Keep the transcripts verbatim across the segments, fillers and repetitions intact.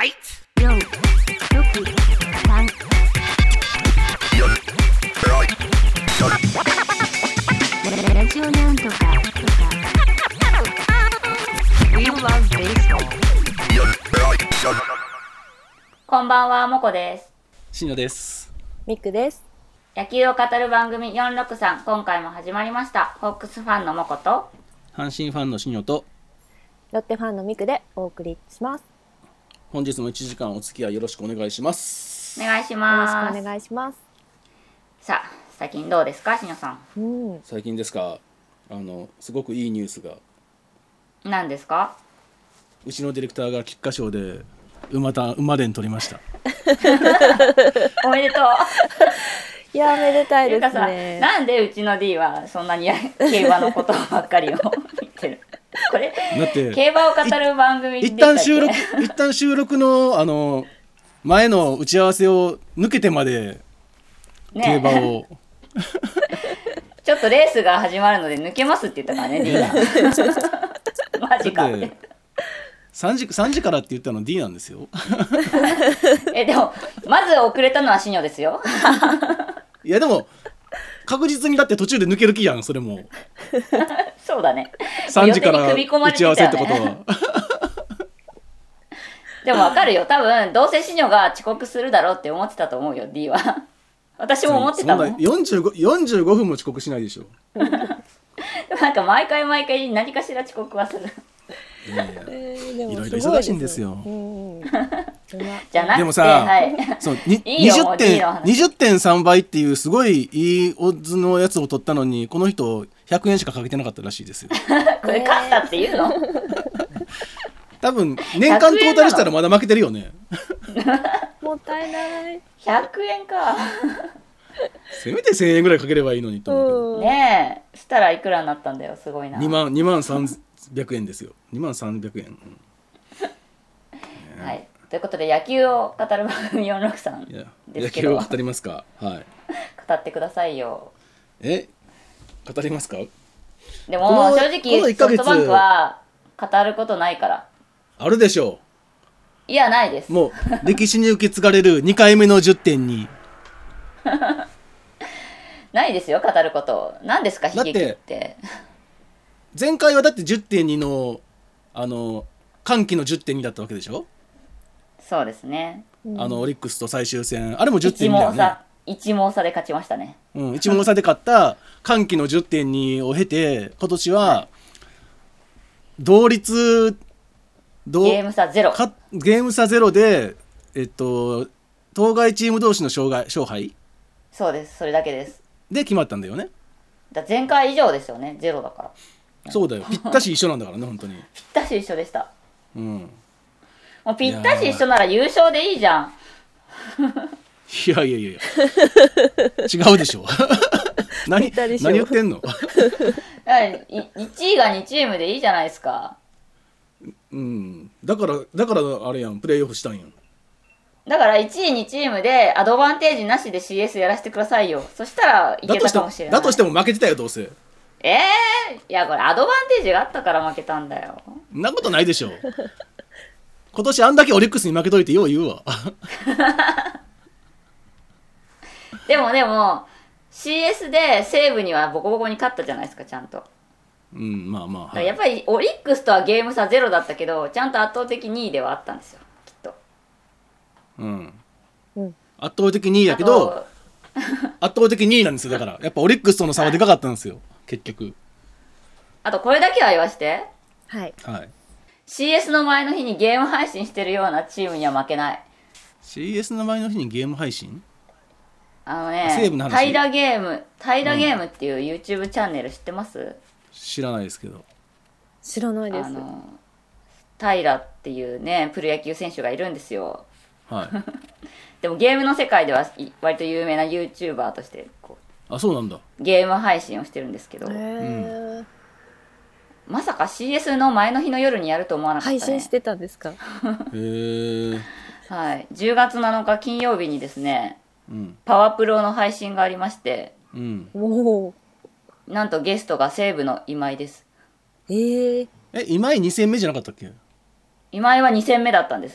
right よん、ろく、さん ラジオなんとかとか We love baseball こんばんは、もこです。 しんのです。 ミクです。 野球を語る番組よんろくさん、今回も始まりました。ホークスファンのもこと、 阪神ファンのしんのと、 ロッテファンのミクでお送りします。 本日もいちじかんお付き合いよろしくお願いします。 お願いしよろます。 しくお願いします。 さあ、最近どうですか、しのさん。 うん。 最近ですか、あのすごくいいニュースが、 何ですか？ うちのディレクターが菊花賞で馬た馬伝取りました。 おめでとう。 いや、めでたいですていうかさ、 ね。 なんでうちの D はそんなに競馬のことばっかりを言ってる？これだって競馬を語る番組でし一たっけ？ 旦収録一旦収録のあの前の打ち合わせを抜けてまで競馬ね、 をちょっとレースが始まるので抜けますって言ったからね D が。マジかっ。 だっててさんじさんじからって言ったの D なんですよ。 え、でもまず遅れたのはシニョですよ。 いやでも確実にだって途中で抜ける気やん、それもそうだね。 さんじから予定に組み込ま打れてたよねち合わせってことは。 でもわかるよ。多分どうせシニョが遅刻するだろうって思ってたと思うよ D は。私も思ってたもん。 そんなよんじゅうご、よんじゅうごふんも遅刻しないでしょ。 なんか毎回毎回何かしら遅刻はする。 いやいやえー、でもいろいろすご忙しいんですよ。 うん。 じゃなくて、 でもさ、 はい、 そうにいいよ 20 もう D の点話にじゅってんさんばいっていうすごいいいオッズのやつを取ったのに、この人ひゃくえんしかかけてなかったらしいですよ。 これ勝ったっていうの？ 多分年間トータルしたらまだ負けてるよね。 もったいない。 ひゃくえんか。 せめてせんえんぐらいかければいいのにと思うけど、 うん。 ねえ、したらいくらになったんだよ。すごいな。 にまんにまんさんびゃくえんですよ。にまんさんびゃくえん、うん、 はい。ということで野球を語る番組よんろくさんいやですけど、 野球を語りますか。はい。 語ってくださいよ。 え語りますか。 でこのも正この直いっかげつソフトバンクは語ることないから。 あるでしょいや、ないです。 う。もう歴史に受け継がれるにかいめのじゅってんに。 ないですよ、語ること。何ですか、悲劇って。 前回はだってじゅってんにのあの歓喜のじゅってんにだったわけでしょ、 そうですね。 あのオリックスと最終戦、あれもじゅって一んにだよね。 毛差、一毛差で勝ちましたね。 うん、いち問差で勝った歓喜のじゅってんにを経て、今年は同率同ゲーム差ゼロ。 かゲーム差ゼロで、えっと当該チーム同士の勝敗勝敗そうです、それだけです。 で決まったんだよね。 だ前回以上ですよね、ゼロだから。 そうだよ、ぴったし一緒なんだからね、本当に。 ぴったし一緒でした。 うんもうぴったし一緒なら優勝でいいじゃん。 いやいやいやいや違うでしょ。何ぴったり賞何言ってんの。 いいちいがにチームでいいじゃないですか。 うんだからだからあれやん、プレーオフしたんやん。 だからいちいにチームでアドバンテージなしで シーエス やらせてくださいよ。そしたらいけただとしてもかもしれない。 だとしても負けてたよ、どうせ。 えー、いやこれアドバンテージがあったから負けたんだよ。 そんなことないでしょ。今年あんだけオリックスに負けといてよう言うわ。 でもでも シーエス で西武にはボコボコに勝ったじゃないですか、ちゃんと。 うんまあまあ、 だからやっぱりオリックスとはゲーム差ゼロだったけど、ちゃんと圧倒的にいではあったんですよ、きっと。 うんうん圧倒的にいいやけあど、 と圧倒的にいいなんですよ。だからやっぱオリックスとの差はでかかったんですよ、結局。 あとこれだけは言わして、 はい。 はい。 シーエス の前の日にゲーム配信してるようなチームには負けない。 シーエス の前の日にゲーム配信。 あの西武の話ね、平ゲーム平ゲームっていう YouTube チャンネル知ってます？ 知らないですけど。 知らないです。 あの平っていうねプロ野球選手がいるんですよ。 はい。 でもゲームの世界ではい割と有名な YouTuber としてこあ、そうなんだ。 うゲーム配信をしてるんですけど、 へーまさか シーエス の前の日の夜にやると思わなかったね。 配信してたんですか？ へえ。 はい、じゅうがつなのか金曜日にですね、 うんパワプロの配信がありまして、 うん。 おお。 なんとゲストが西武の今井です。 えー、 え、今井に戦目じゃなかったっけ。 今井はに戦目だったんです。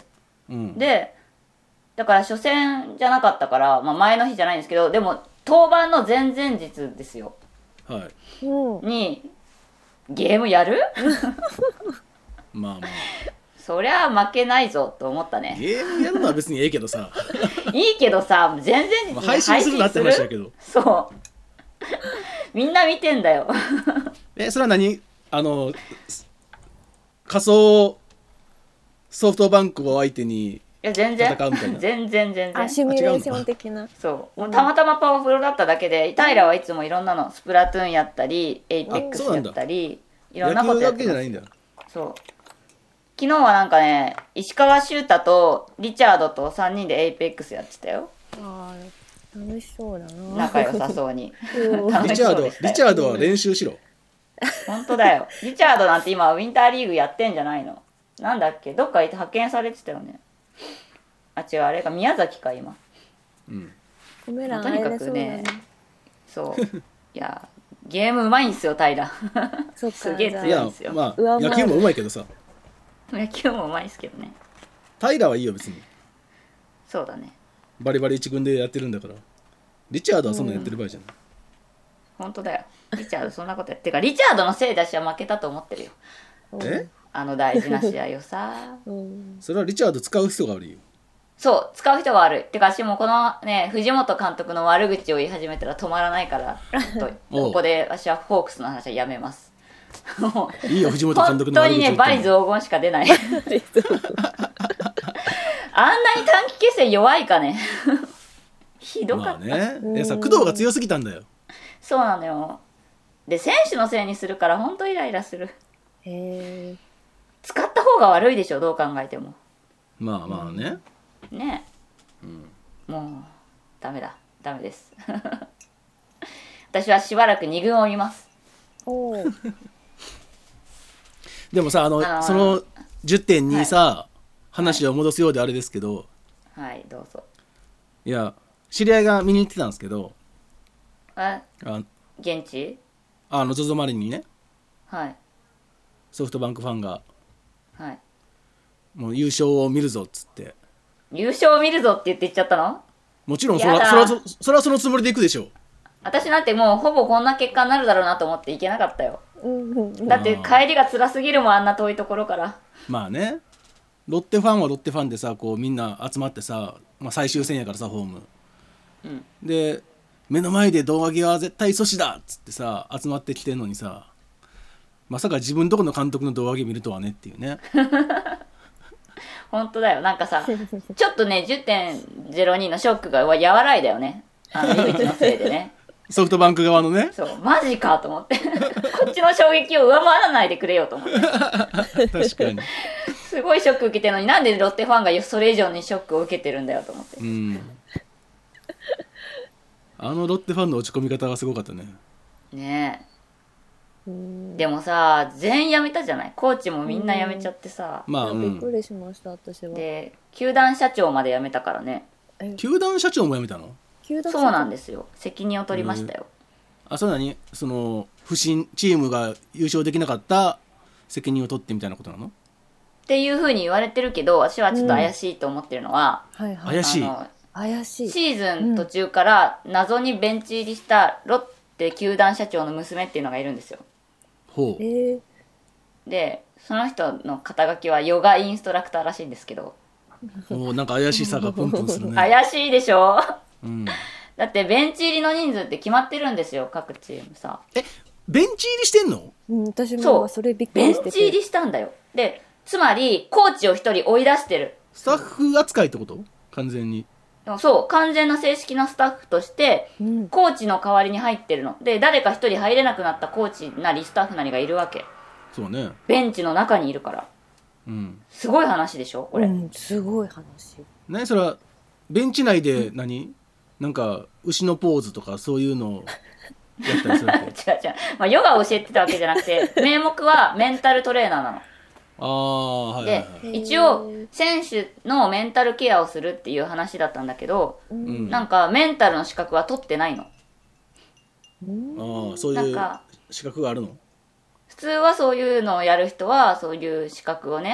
うんでだから初戦じゃなかったから、まあ、前の日じゃないんですけど、でも登板の前々日ですよはいうん。 にゲームやるまあまあそりゃ負けないぞと思ったね。 ゲームやるのは別にええけどさいいけどさ、前々日にまあ配信するなって話だけどそうみんな見てんだよえそれは何あの仮想ソフトバンクを相手にいや全然戦うみたいな全然全あ、 然シミュレーション的な。 そうもうたまたまパワフルだっただけで、平はいつもいろんなのスプラトゥーンやったりエイペックスやったりいろんなことや野ってます。 球だけじゃないんだよそう昨日はなんかね石川修太とリチャードとさんにんでエイペックスやってたよ。 ああ、楽しそうだな。 仲良さそうにうん楽しリチャードそうでしたよリチャードは練習しろ本当だよ。リチャードなんて今ウィンターリーグやってんじゃないの。なんだっけ、どっか行って派遣されてたよね。あ違う、あれが宮崎か今。 うんコメ欄とにか入れそうだくねね。 そういやゲームうまいんすよ平そっか。 すげえじゃあいや強いんですよ。 まあ上回る野球もうまいけどさ野球もうまいですけどね。 平はいいよ別にそうだね。 バリバリ一軍でやってるんだからリチャードはそんなのやってる場合じゃない、 本当だよ。リチャードそんなことやってかリチャードのせいだしは負けたと思ってるよ。 えあの大事な試合をさうん。 それはリチャード使う人が悪いよそう使う人が悪い。てか私もこのね藤本監督の悪口を言い始めたら止まらないからちょっとおうここで私はホークスの話はやめます。もういいよ藤本監本督の悪当にね口言ってもバリ雑言しか出ないあんなに短期決戦弱いかねひどかった、 まあねうんいやさ工藤が強すぎたんだよそうなのよ。で選手のせいにするから本当イライラする。 へえ。 使った方が悪いでしょどう考えてもまあまあねねえ、もうダメだダメです私はしばらくに軍を見ます。 おお。 でもさあのあのーそのじゅってんにさ、話を戻すようであれですけど、 はいどうぞ。 いや知り合いが見に行ってたんですけどああ現地あの ゾゾ マリンにねはいソフトバンクファンがはいもう優勝を見るぞっつって優勝を見るぞって言って言っちゃったの。 もちろんそやだらそらそそらそのつもりで行くでしょ私なんてもうほぼこんな結果になるだろうなと思って行けなかったよ。 うんうん。 だって帰りが辛すぎるもんあんな遠いところから。 まあねロッテファンはロッテファンでさこうみんな集まってさ、まあ、最終戦やからさホーム、 うんで目の前で胴上げは絶対阻止だっつってさ集まってきてんのにさまさか自分とこの監督の胴上げ見るとはねっていうね本当だよ。なんかさちょっとね じゅってんゼロに のショックが和らいだよね。あの井口のせいでねソフトバンク側のねそうマジかと思ってこっちの衝撃を上回らないでくれよと思って確かにすごいショック受けてるのになんでロッテファンがそれ以上にショックを受けてるんだよと思って。 うんあのロッテファンの落ち込み方はすごかったねねえうん。 でもさ全員辞めたじゃない。コーチもみんな辞めちゃってさ、 まあ、うびっくん、 りしました私は。 で球団社長まで辞めたからね。 え球団社長も辞めたの球団そうなんですよ。責任を取りましたよ。 あそれ何その不振チームが優勝できなかった責任を取ってみたいなことなのっていうふうに言われてるけど私はちょっと怪しいと思ってるのは、 はいはい。 怪しいあの怪しい。 シーズン途中から謎にベンチ入りしたロッテ球団社長の娘っていうのがいるんですよ。 ほうえー、 でその人の肩書きはヨガインストラクターらしいんですけど、 おなんか怪しさがプンプンするね、 怪しいでしょうん、 だってベンチ入りの人数って決まってるんですよ各チームさ。 えベンチ入りしてんのうん、私もそうそれびっくベンりしてて。 チ入りしたんだよ。でつまりコーチを一人追い出してる。 スタッフ扱いってこと完全にでもそう完全な正式なスタッフとしてうん。 コーチの代わりに入ってるので、誰か一人入れなくなったコーチなりスタッフなりがいるわけ。 そうねベンチの中にいるから。 うんすごい話でしょこれ、 うん、すごい話。 何それはベンチ内で何、なんか牛のポーズとかそういうのをやったりするわけ違う違う、まあ、ヨガを教えてたわけじゃなくて名目はメンタルトレーナーなのああはいはいで、 はい一応選手のメンタルケアをするっていう話だったんだけど、 う。 うんんなんかメンタルの資格は取ってないの。 ああそういうなんか資格があるの普通はそういうのをやる人はそういう資格をね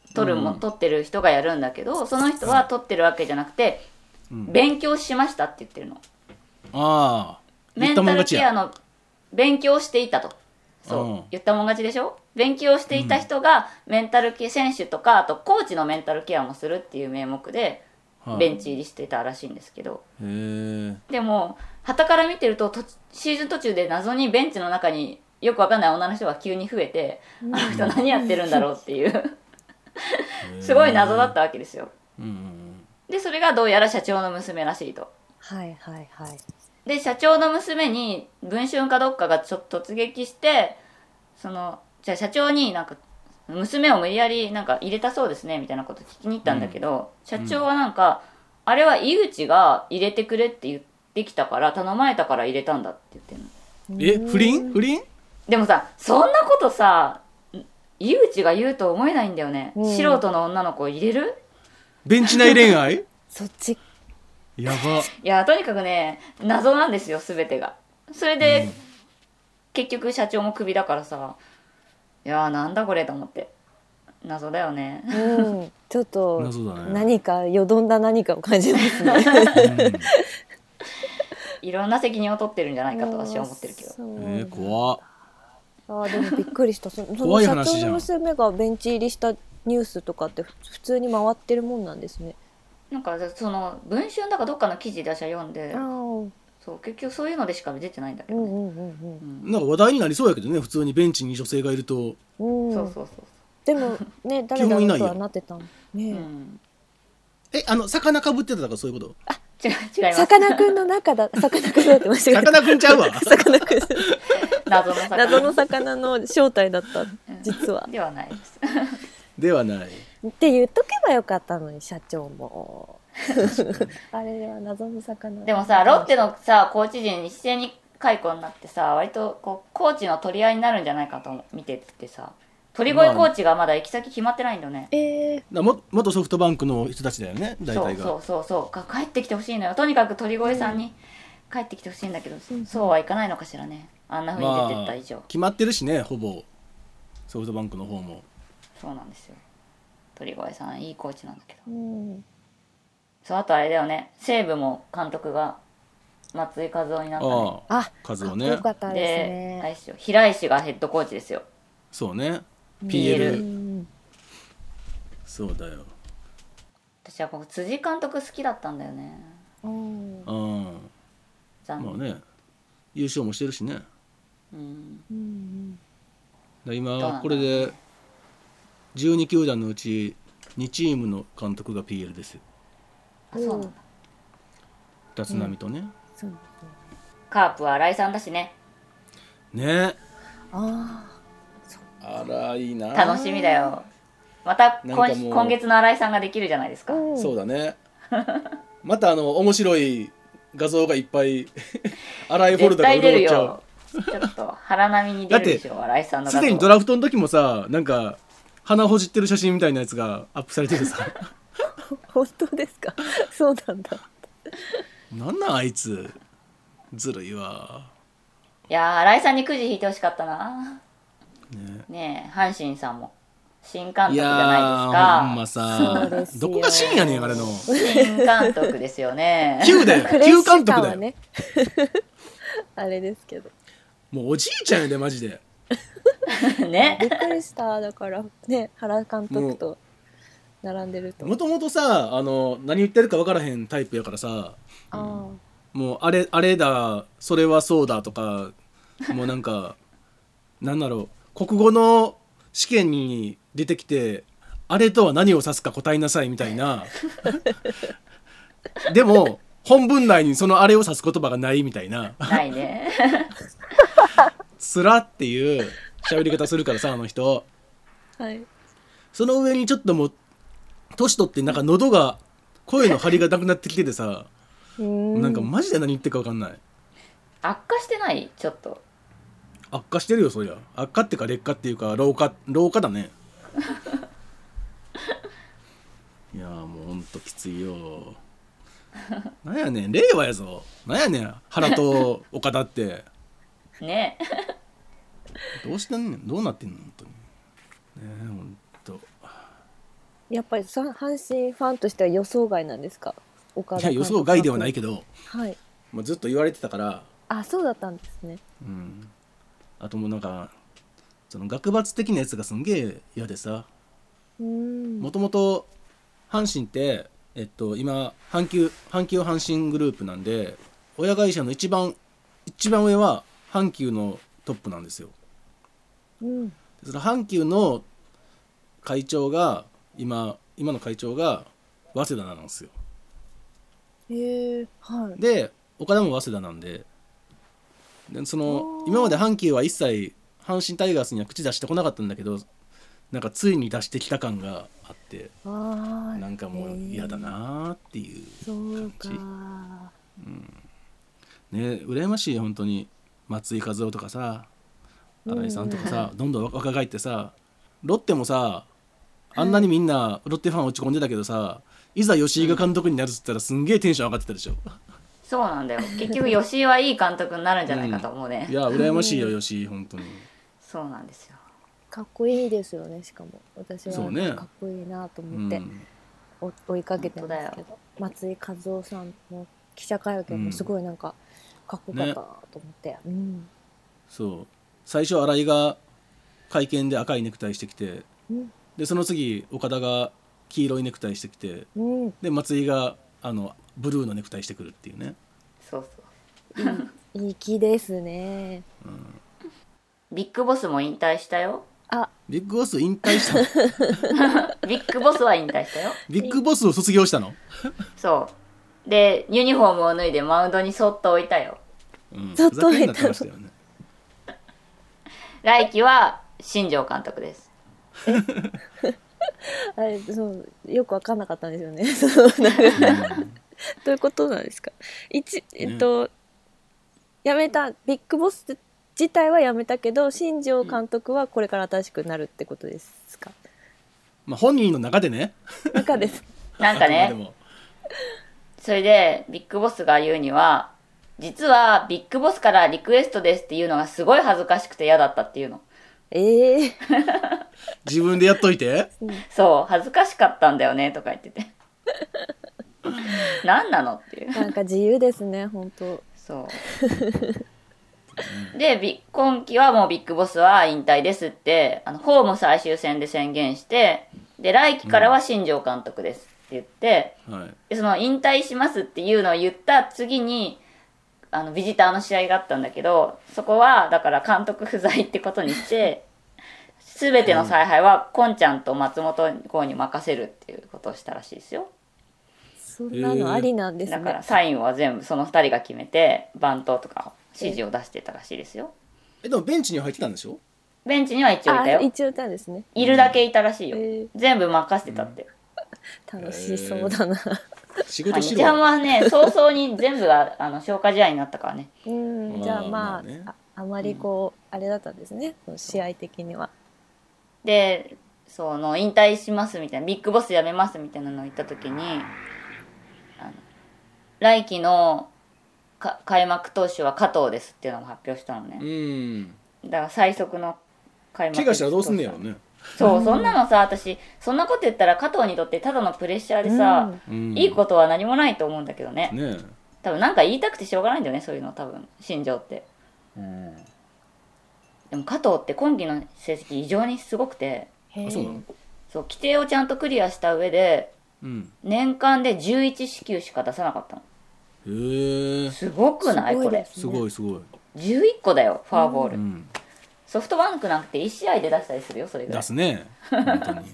取るも、 うん、 取ってる人がやるんだけど、その人は取ってるわけじゃなくて、うん、勉強しましたって言ってるの。 ああ、 メンタルケアの勉強していたと。そう、うん、言ったもん勝ちでしょ。勉強していた人がメンタルケア選手とか、あとコーチのメンタルケアもするっていう名目でベンチ入りしてたらしいんですけど、 へー、 でも傍から見てると、とシーズン途中で謎にベンチの中によくわかんない女の人が急に増えて、うん、あの人何やってるんだろうっていうすごい謎だったわけですよ、うん、でそれがどうやら社長の娘らしいと。 はいはいはい。 で社長の娘に文春かどっかがちょっと突撃して、そのじゃあ社長になんか娘を無理やりなんか入れたそうですねみたいなこと聞きに行ったんだけど、うん、社長はなんか、うん、あれは井口が入れてくれって言ってきたから頼まれたから入れたんだって言ってんの。え、不倫不倫でもさ、そんなことさ井口が言うと思えないんだよね、うん、素人の女の子を入れるベンチ内恋愛そっちやば。 いやとにかくね謎なんですよ全てが。それで、うん、結局社長もクビだからさ、いやーなんだこれと思って、謎だよね、 うん、ちょっと謎だね、 何かよどんだ何かを感じますね、うん、 いろんな責任を取ってるんじゃないかと私は思ってるけど。 えー、怖っ。 あでもびっくりしたその怖い話じゃん。社長の娘がベンチ入りしたニュースとかって普通に回ってるもんなんですね。 なんかその文春だかどっかの記事で私は読んで、そう結局そういうのでしか出てないんだけどね、うんうんうんうん、なんか話題になりそうやけどね、普通にベンチに女性がいると、 うん、そうそうそうそう。でもね誰だろうとはなってたんね、うん、 えあの魚かぶってたとかそういうこと？ あ違う違います。 さかなクンの中ださかなクンだって間違えた。 さかなクンちゃうわ。 さかなクン謎の魚謎の魚の正体だった実は、 うん、ではないですではないって言っとけばよかったのに社長もあれは謎の魚。 でもさロッテのさコーチ陣一斉に解雇になってさ、割とこうコーチの取り合いになるんじゃないかと見ててさ、鳥越コーチがまだ行き先決まってないんだよね、 まあ、えー、 も元ソフトバンクの人たちだよね大体が。 そうそうそうそう帰ってきてほしいのよ。とにかく鳥越さんに帰ってきてほしいんだけど、うん、そうはいかないのかしらね、あんな風に出てった以上、まあ、 決まってるしね、ほぼソフトバンクの方も。 そうなんですよ、鳥越さんいいコーチなんだけど、 うん、 そうあとあれだよね、西武も監督が松井稼頭央になったね。 ああ和夫ね。 かっこよかったですね。 であれですよ、平石がヘッドコーチですよ。 そうね ピーエル、 ピーエルそうだよ。 私はここ辻監督好きだったんだよね。 うんうん残念。 まあね優勝もしてるしね、 うんうん、 だ今これでじゅうに球団のうちにチームの監督が ピーエル ですよ。 あそうなんだ。 立浪とね、 そう、 カープは新井さんだしね。 ねああらいいな、 楽しみだよ。また今今月の新井さんができるじゃないですか、 うん、 そうだねまたあの面白い画像がいっぱい新井フォルダが絶対出る潤っちゃう。 よ。ちょっと腹並みに出るでしょ新井さんの画像。 すでにドラフトの時もさ、なんか鼻ほじってる写真みたいなやつがアップされててさ本当ですかそうなんだ。 なんなんあいつずるいわ。 いやー新井さんにくじ引いてほしかったな。 ねねえ阪神さんも新監督じいやゃないですか。 ほんまさどこが新やねんあれの新監督ですよね旧だよ旧監督だよ、 ね、あれですけどもうおじいちゃんやでマジでねびっくりしただからね原監督と並んでると。 もともとさあの何言ってるか分からへんタイプやからさ、 あもうあれあれだそれはそうだとかもうなんかなんだろう国語の試験に出てきてあれとは何を指すか答えなさいみたいなでも本文内にそのあれを指す言葉がないみたいなないねつらっていう喋り方するからさあの人、 はい、 その上にちょっともう年取ってなんか喉が声の張りがなくなってきててさなんかマジで何言ってるか分かんない。 悪化してないちょっと悪化してるよそりゃ。悪化っていうか劣化っていうか老化老化だねいやーもうほんときついよなんやねん令和やぞ。なんやねん原と岡田ってねどうしてんねんどうなってんの本当にねえほんとやっぱりさ阪神ファンとしては予想外なんですか？岡田いや予想外ではないけど、 はい。 まあ、ずっと言われてたから、 あ、そうだったんですね。 うん、あともうなんかその学閥的なやつがすんげえ嫌でさ、 うーん。 もともと阪神って、えっと、今阪急阪急阪神グループなんで、親会社の一番一番上は阪急のトップなんですよ。 うん。 その阪急の会長が今今の会長が早稲田なんですよ。 へえ、はい。 で岡田も早稲田なんで、でそのあー今まで阪急は一切阪神タイガースには口出してこなかったんだけど、なんかついに出してきた感があって、 ああ。 なんかもう嫌だなーっていうそう感か。 じね。羨ましい本当に。松井稼頭央とかさ、新井さんとかさ、どんどん若返ってさ、ロッテもさあんなにみんなロッテファン落ち込んでたけどさ、いざ吉井が監督になるっつったらすんげえテンション上がってたでしょ。 そうなんだよ。結局吉井はいい監督になるんじゃないかと思うね、 いや羨ましいよ吉井本当に。 そうなんですよ。 かっこいいですよね。しかも私はそうねかっこいいなとう思ってん、 お追いかけてます本当だけど、松井稼頭央さんの記者会見もすごいなんかかっこよかったなと思って、うんそう最初新井が会見で赤いネクタイしてきて、 うんでその次岡田が黄色いネクタイしてきて、 うん、 で松井があのブルーのネクタイしてくるっていうね。 そうそう。 粋ですね。 ビッグボスも引退したよ。 あ、 ビッグボス引退したの？ ビッグボスは引退したよ。 ビッグボスを卒業したの？ そうでユニフォームを脱いでマウンドにそっと置いたよ。 うん、 ちょっとふざけんなってましたよね。 来季は新庄監督です。 あれそうよく分かんなかったんですよね。そうなんかどういうことなんですか？一えっと、辞めたビッグボス自体は辞めたけど新庄監督はこれから新しくなるってことですか？ まあ本人の中でね。 中ですなんかあくまでね、 もそれでビッグボスが言うには、実はビッグボスからリクエストですっていうのがすごい恥ずかしくて嫌だったっていうの。 ええ自分でやっといて。 そう恥ずかしかったんだよねとか言ってて何なのっていう。 なんか自由ですね本当。 そうでビ今季はもうビッグボスは引退ですってあのホーム最終戦で宣言して、で来季からは新庄監督ですって言って、 はいでその引退しますっていうのを言った次にあのビジターの試合があったんだけど、そこはだから監督不在ってことにして全ての采配はこんちゃんと松本剛に任せるっていうことをしたらしいですよ。 そんなのありなんですね。 だからサインは全部そのふたりが決めてバントとか指示を出してたらしいですよ。 えでもベンチには入ってたんでしょ？ ベンチには一応いたよ。 あ一応いたんですね。 いるだけいたらしいよ、 へー全部任せてたって、 楽しそうだな。 まあ仕事しろ。 日ハムはね早々に全部があの消化試合になったからね。 うん、じゃあまあ、 まあねああまりこう、あれだったんですね。その試合的には。 でその引退しますみたいな、ビッグボス辞めますみたいなのを言った時に、あの来季のか開幕投手は加藤ですっていうのも発表したのね。 うんだから最速の開幕怪我したらどうすんねやろね。 そう、そんなのさ、私そんなこと言ったら加藤にとってただのプレッシャーでさ、 うんいいことは何もないと思うんだけどね。 ね多分なんか言いたくてしょうがないんだよね、そういうの多分新庄って。 え、うん、 でも加藤って今季の成績異常にすごくて、 へあそうなの？ そう規定をちゃんとクリアした上でうん年間でじゅういち四球しか出さなかったの。 へえ、 すごくないこれ。 すごいすごい。 じゅういっこだよフォアボール、 うんソフトバンクなんていち試合で出したりするよそれぐらい。 出すね本当に。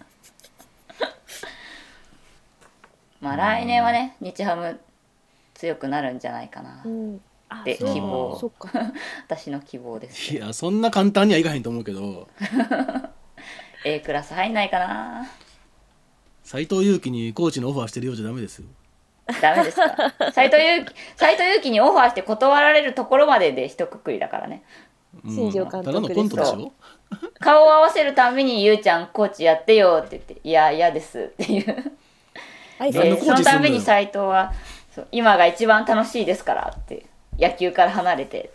まあ来年はね日ハム強くなるんじゃないかな、 うん。あでそう希望そっか。 私の希望です。 いやそんな簡単にはいかへんと思うけど、 A クラス入んないかな。 斎藤佑樹にコーチのオファーしてるようじゃダメですよ。 ダメですか？斎藤佑樹斎藤佑樹にオファーして断られるところまでで一括りだからね。 うん新庄監督ただのコントでしょ。 顔を合わせるたびに「ゆうちゃんコーチやってよ」って言って「いや嫌です」っていうはい、 何のでそのコーチすんのよたびに斎藤はそう「今が一番楽しいですから」って野球から離れてって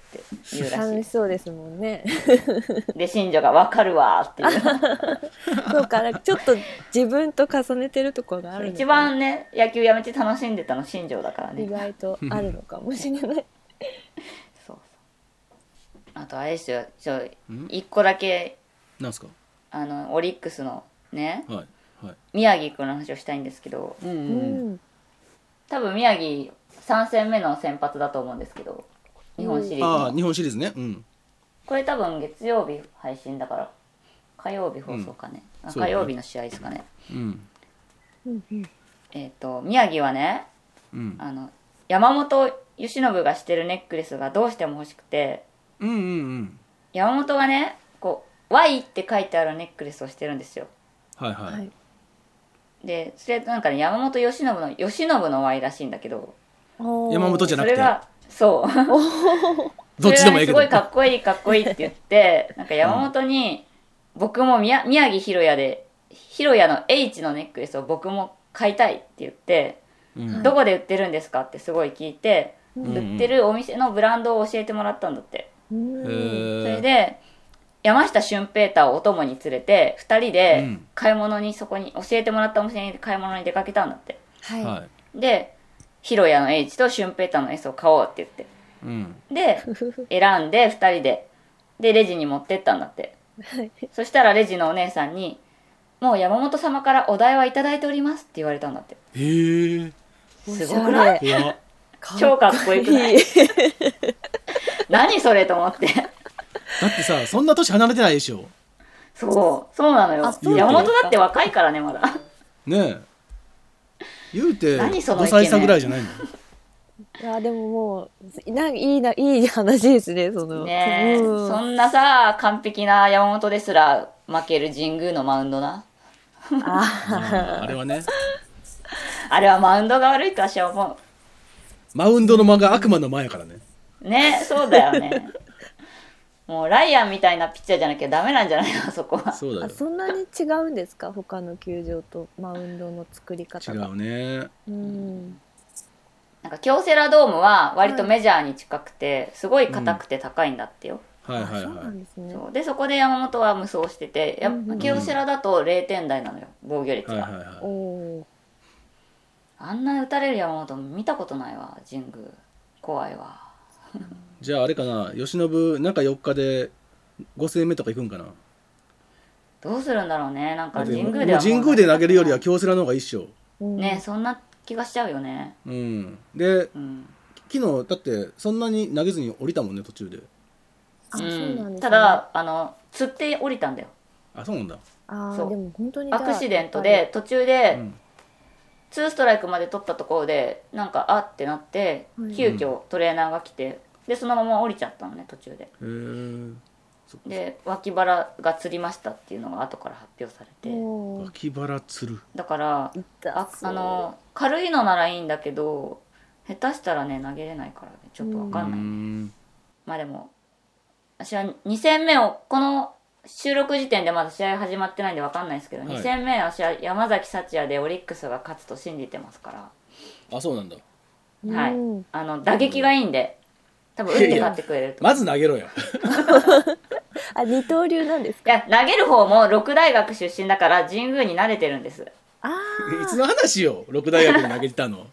言うらし楽しそうですもんね。 いで新庄が分かるわーっていうそうか、なんかちょっと自分と重ねてるところがあるのかな。 一番ね野球やめて楽しんでたの新庄だからね。 意外とあるのかもしれない。 そうそう。あとあれですよ、ちょん一個だけなんすか。 あのオリックスのねはいはい。 宮城君の話をしたいんですけど、 うんううんん。 多分宮城さん戦目の先発だと思うんですけど、日本シリーズのああ日本シリーズね。うん。 これ多分月曜日配信だから火曜日放送かね、あそうだね火曜日の試合ですかね。 うんうんうん。 えっ、と宮城はねうんあの山本由伸がしてるネックレスがどうしても欲しくて、 うんうんうん。 山本がねこう ワイ って書いてあるネックレスをしてるんですよ。 はいはい。 はい。 でそれなんかね山本由伸の由伸の ワイ らしいんだけど、 山本じゃなくてそれがそうどっちでもいいけど。 それがねすごいかっこいいかっこいいって言ってなんか山本に、僕も宮宮城ひろやでひろやの H のネックレスを僕も買いたいって言って、 うんどこで売ってるんですかってすごい聞いて、 ん売ってるお店のブランドを教えてもらったんだって。 うん。 へそーれで山下俊平太をお供に連れてふたりうでん買い物にそこに教えてもらったお店に買い物に出かけたんだって。 はい。 はでひろやの H と俊平太の S を買おうって言ってい。うん。 で選んでふたりででレジに持ってったんだって。そしたらレジのお姉さんに「もう山本様からお代はいただいております」って言われたんだって。 へえ。 すごくない？ 怖っ。 超かっこよくない？何それと思ってだってさそんな年離れてないでしょ。 そうそうなのよ。 あそう山本だって若いからねまだ。 ねえ。言うて何そのごさい差ぐらいじゃないの。 いやでももうなんかいいないい話ですねその。 ねえ、 うんそんなさ完璧な山本ですら負ける神宮のマウンドな。 あああれはね。 あれはマウンドが悪いと私は思マウンドの間が悪魔の間やからね。 う。ねそうだよね。もうライアンみたいなピッチャーじゃなきゃダメなんじゃないのそこは。 そうだよ。 あそんなに違うんですか他の球場とマウンドの作り方が。 違うね。 うん。 なんか京セラドームは割とメジャーに近くてすごい硬くて高いんだってよ。 はいはいそうなはんですね。 そうでそこで山本は無双しててやっうんうんぱ京セラだとれいてん台なのよ防御率い。 が、 はいはいはい。 おおあんな打たれる山本見たことないわ神宮怖いわ。 じゃああれかな、吉信中よっかでご戦目とか行くんかな。 どうするんだろうねなんかだって神宮ではもう神宮で投げるよりは京セラの方がいいっしょ。 ー。うんねそんな気がしちゃうよね。 うん。でうん昨日だってそんなに投げずに降りたもんね途中で。 あ、そうなんですね。 ただあの釣って降りたんだよ。 あそうなんだ。 そうあーでも本当にアクシデントで途中うでん。 ツーストライクまで取ったところでなんかあってなってはい急遽トレーナーが来てでそのまま降りちゃったのね途中で。 へえ。 で脇腹がつりましたっていうのが後から発表されておー脇腹つる。 だから痛あそうあの軽いのならいいんだけど下手したらね投げれないからねちょっと分かんない、 うーんまあでも私はに戦目をこの収録時点でまだ試合始まってないんで分かんないですけど、 はいに戦目は私は山崎福也でオリックスが勝つと信じてますからあそうなんだ。 はいうんあの打撃がいいんで多分打って勝ってくれると。 まず投げろよ。 あ二刀流なんですいか。 や投げる方も六大学出身だから神宮に慣れてるんです。 あいつの話よ六大学で投げてたの。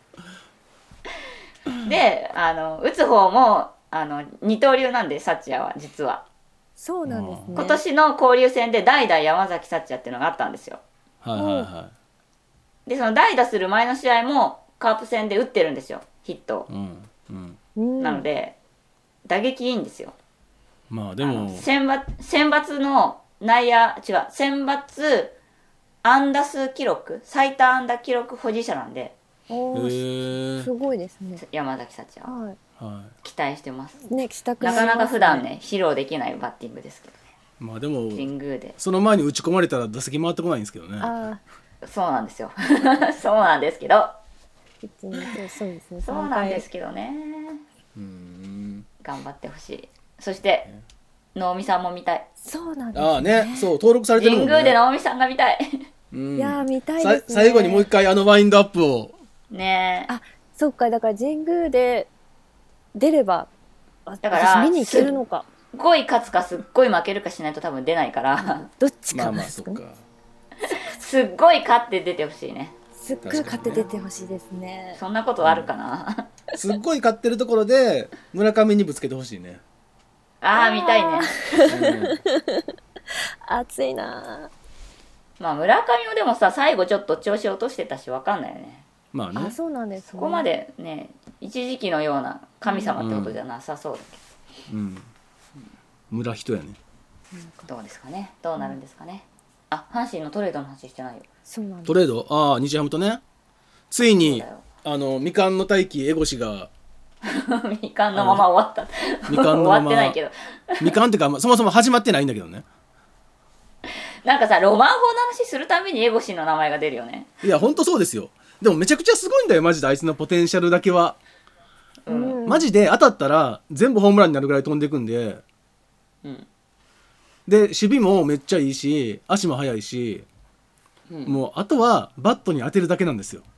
であの打つ方もあの二刀流なんで福也は実は、 そうなんですね。 今年の交流戦で代打山崎福也っていうのがあったんですよ。 はいはいはでその代打する前の試合もカープ戦で打ってるんですよヒットい。うんうん。 うん、 なので打撃いいんですよ。 まあでも選抜選抜の内野違う選抜安打数記録最多安打記録保持者なんでおーへえす。ごいですね。 山崎福也ははは期待してます。 い。ねしたくななります、ね、 かなか普段ね披露できないバッティングですけどねい。まあでも神宮でその前に打ち込まれたら打席回ってこないんですけどね。 あそうなんですよそうなんですけどあ一日そうですね。 そうなんですけどねうーん。 頑張ってほしい。そして能見さんも見たい。 そうなんですね。 ああね、そう登録されてるもんね。 神宮で能見さんが見たいうんいやー見たいですね。 さ最後にもう一回あのワインドアップを。 ねえあそっかだから神宮で出ればあだから私見に行けるのか。 すっごい勝つかすっごい負けるかしないと多分出ないからどっちまあかなんですかね。 まあそっか。 すっごい勝って出てほしいね。 すっごい買って出てほしいですね。 そんなことあるかなすっごい勝ってるところで村上にぶつけてほしいね。 ああ見たいね。 熱いなまあ村上もでもさ最後ちょっと調子落としてたし分かんないよね。 まああ。あ、 ね。 そうなんですね。 ここまでね一時期のような神様ってことじゃなさそうだけうん。村人やね。 ど、どうですかねどうなるんですかね。あ阪神のトレードの話してないよ。 そうなんです。 トレード、ああ日ハムとね。ついそうにだよあのみかんの大輝エゴシがみかんのまま終わったみかんのまま終わってないけどみかんってかまそもそも始まってないんだけどね。 なんかさロマン法の話するたびにエゴシの名前が出るよね。 いやほんとそうですよ。でもめちゃくちゃすごいんだよマジであいつのポテンシャルだけは。 うんうんマジで当たったら全部ホームランになるぐらい飛んでいくんで。 うんで守備もめっちゃいいし足も速いし、 うんもうあとはバットに当てるだけなんですよ。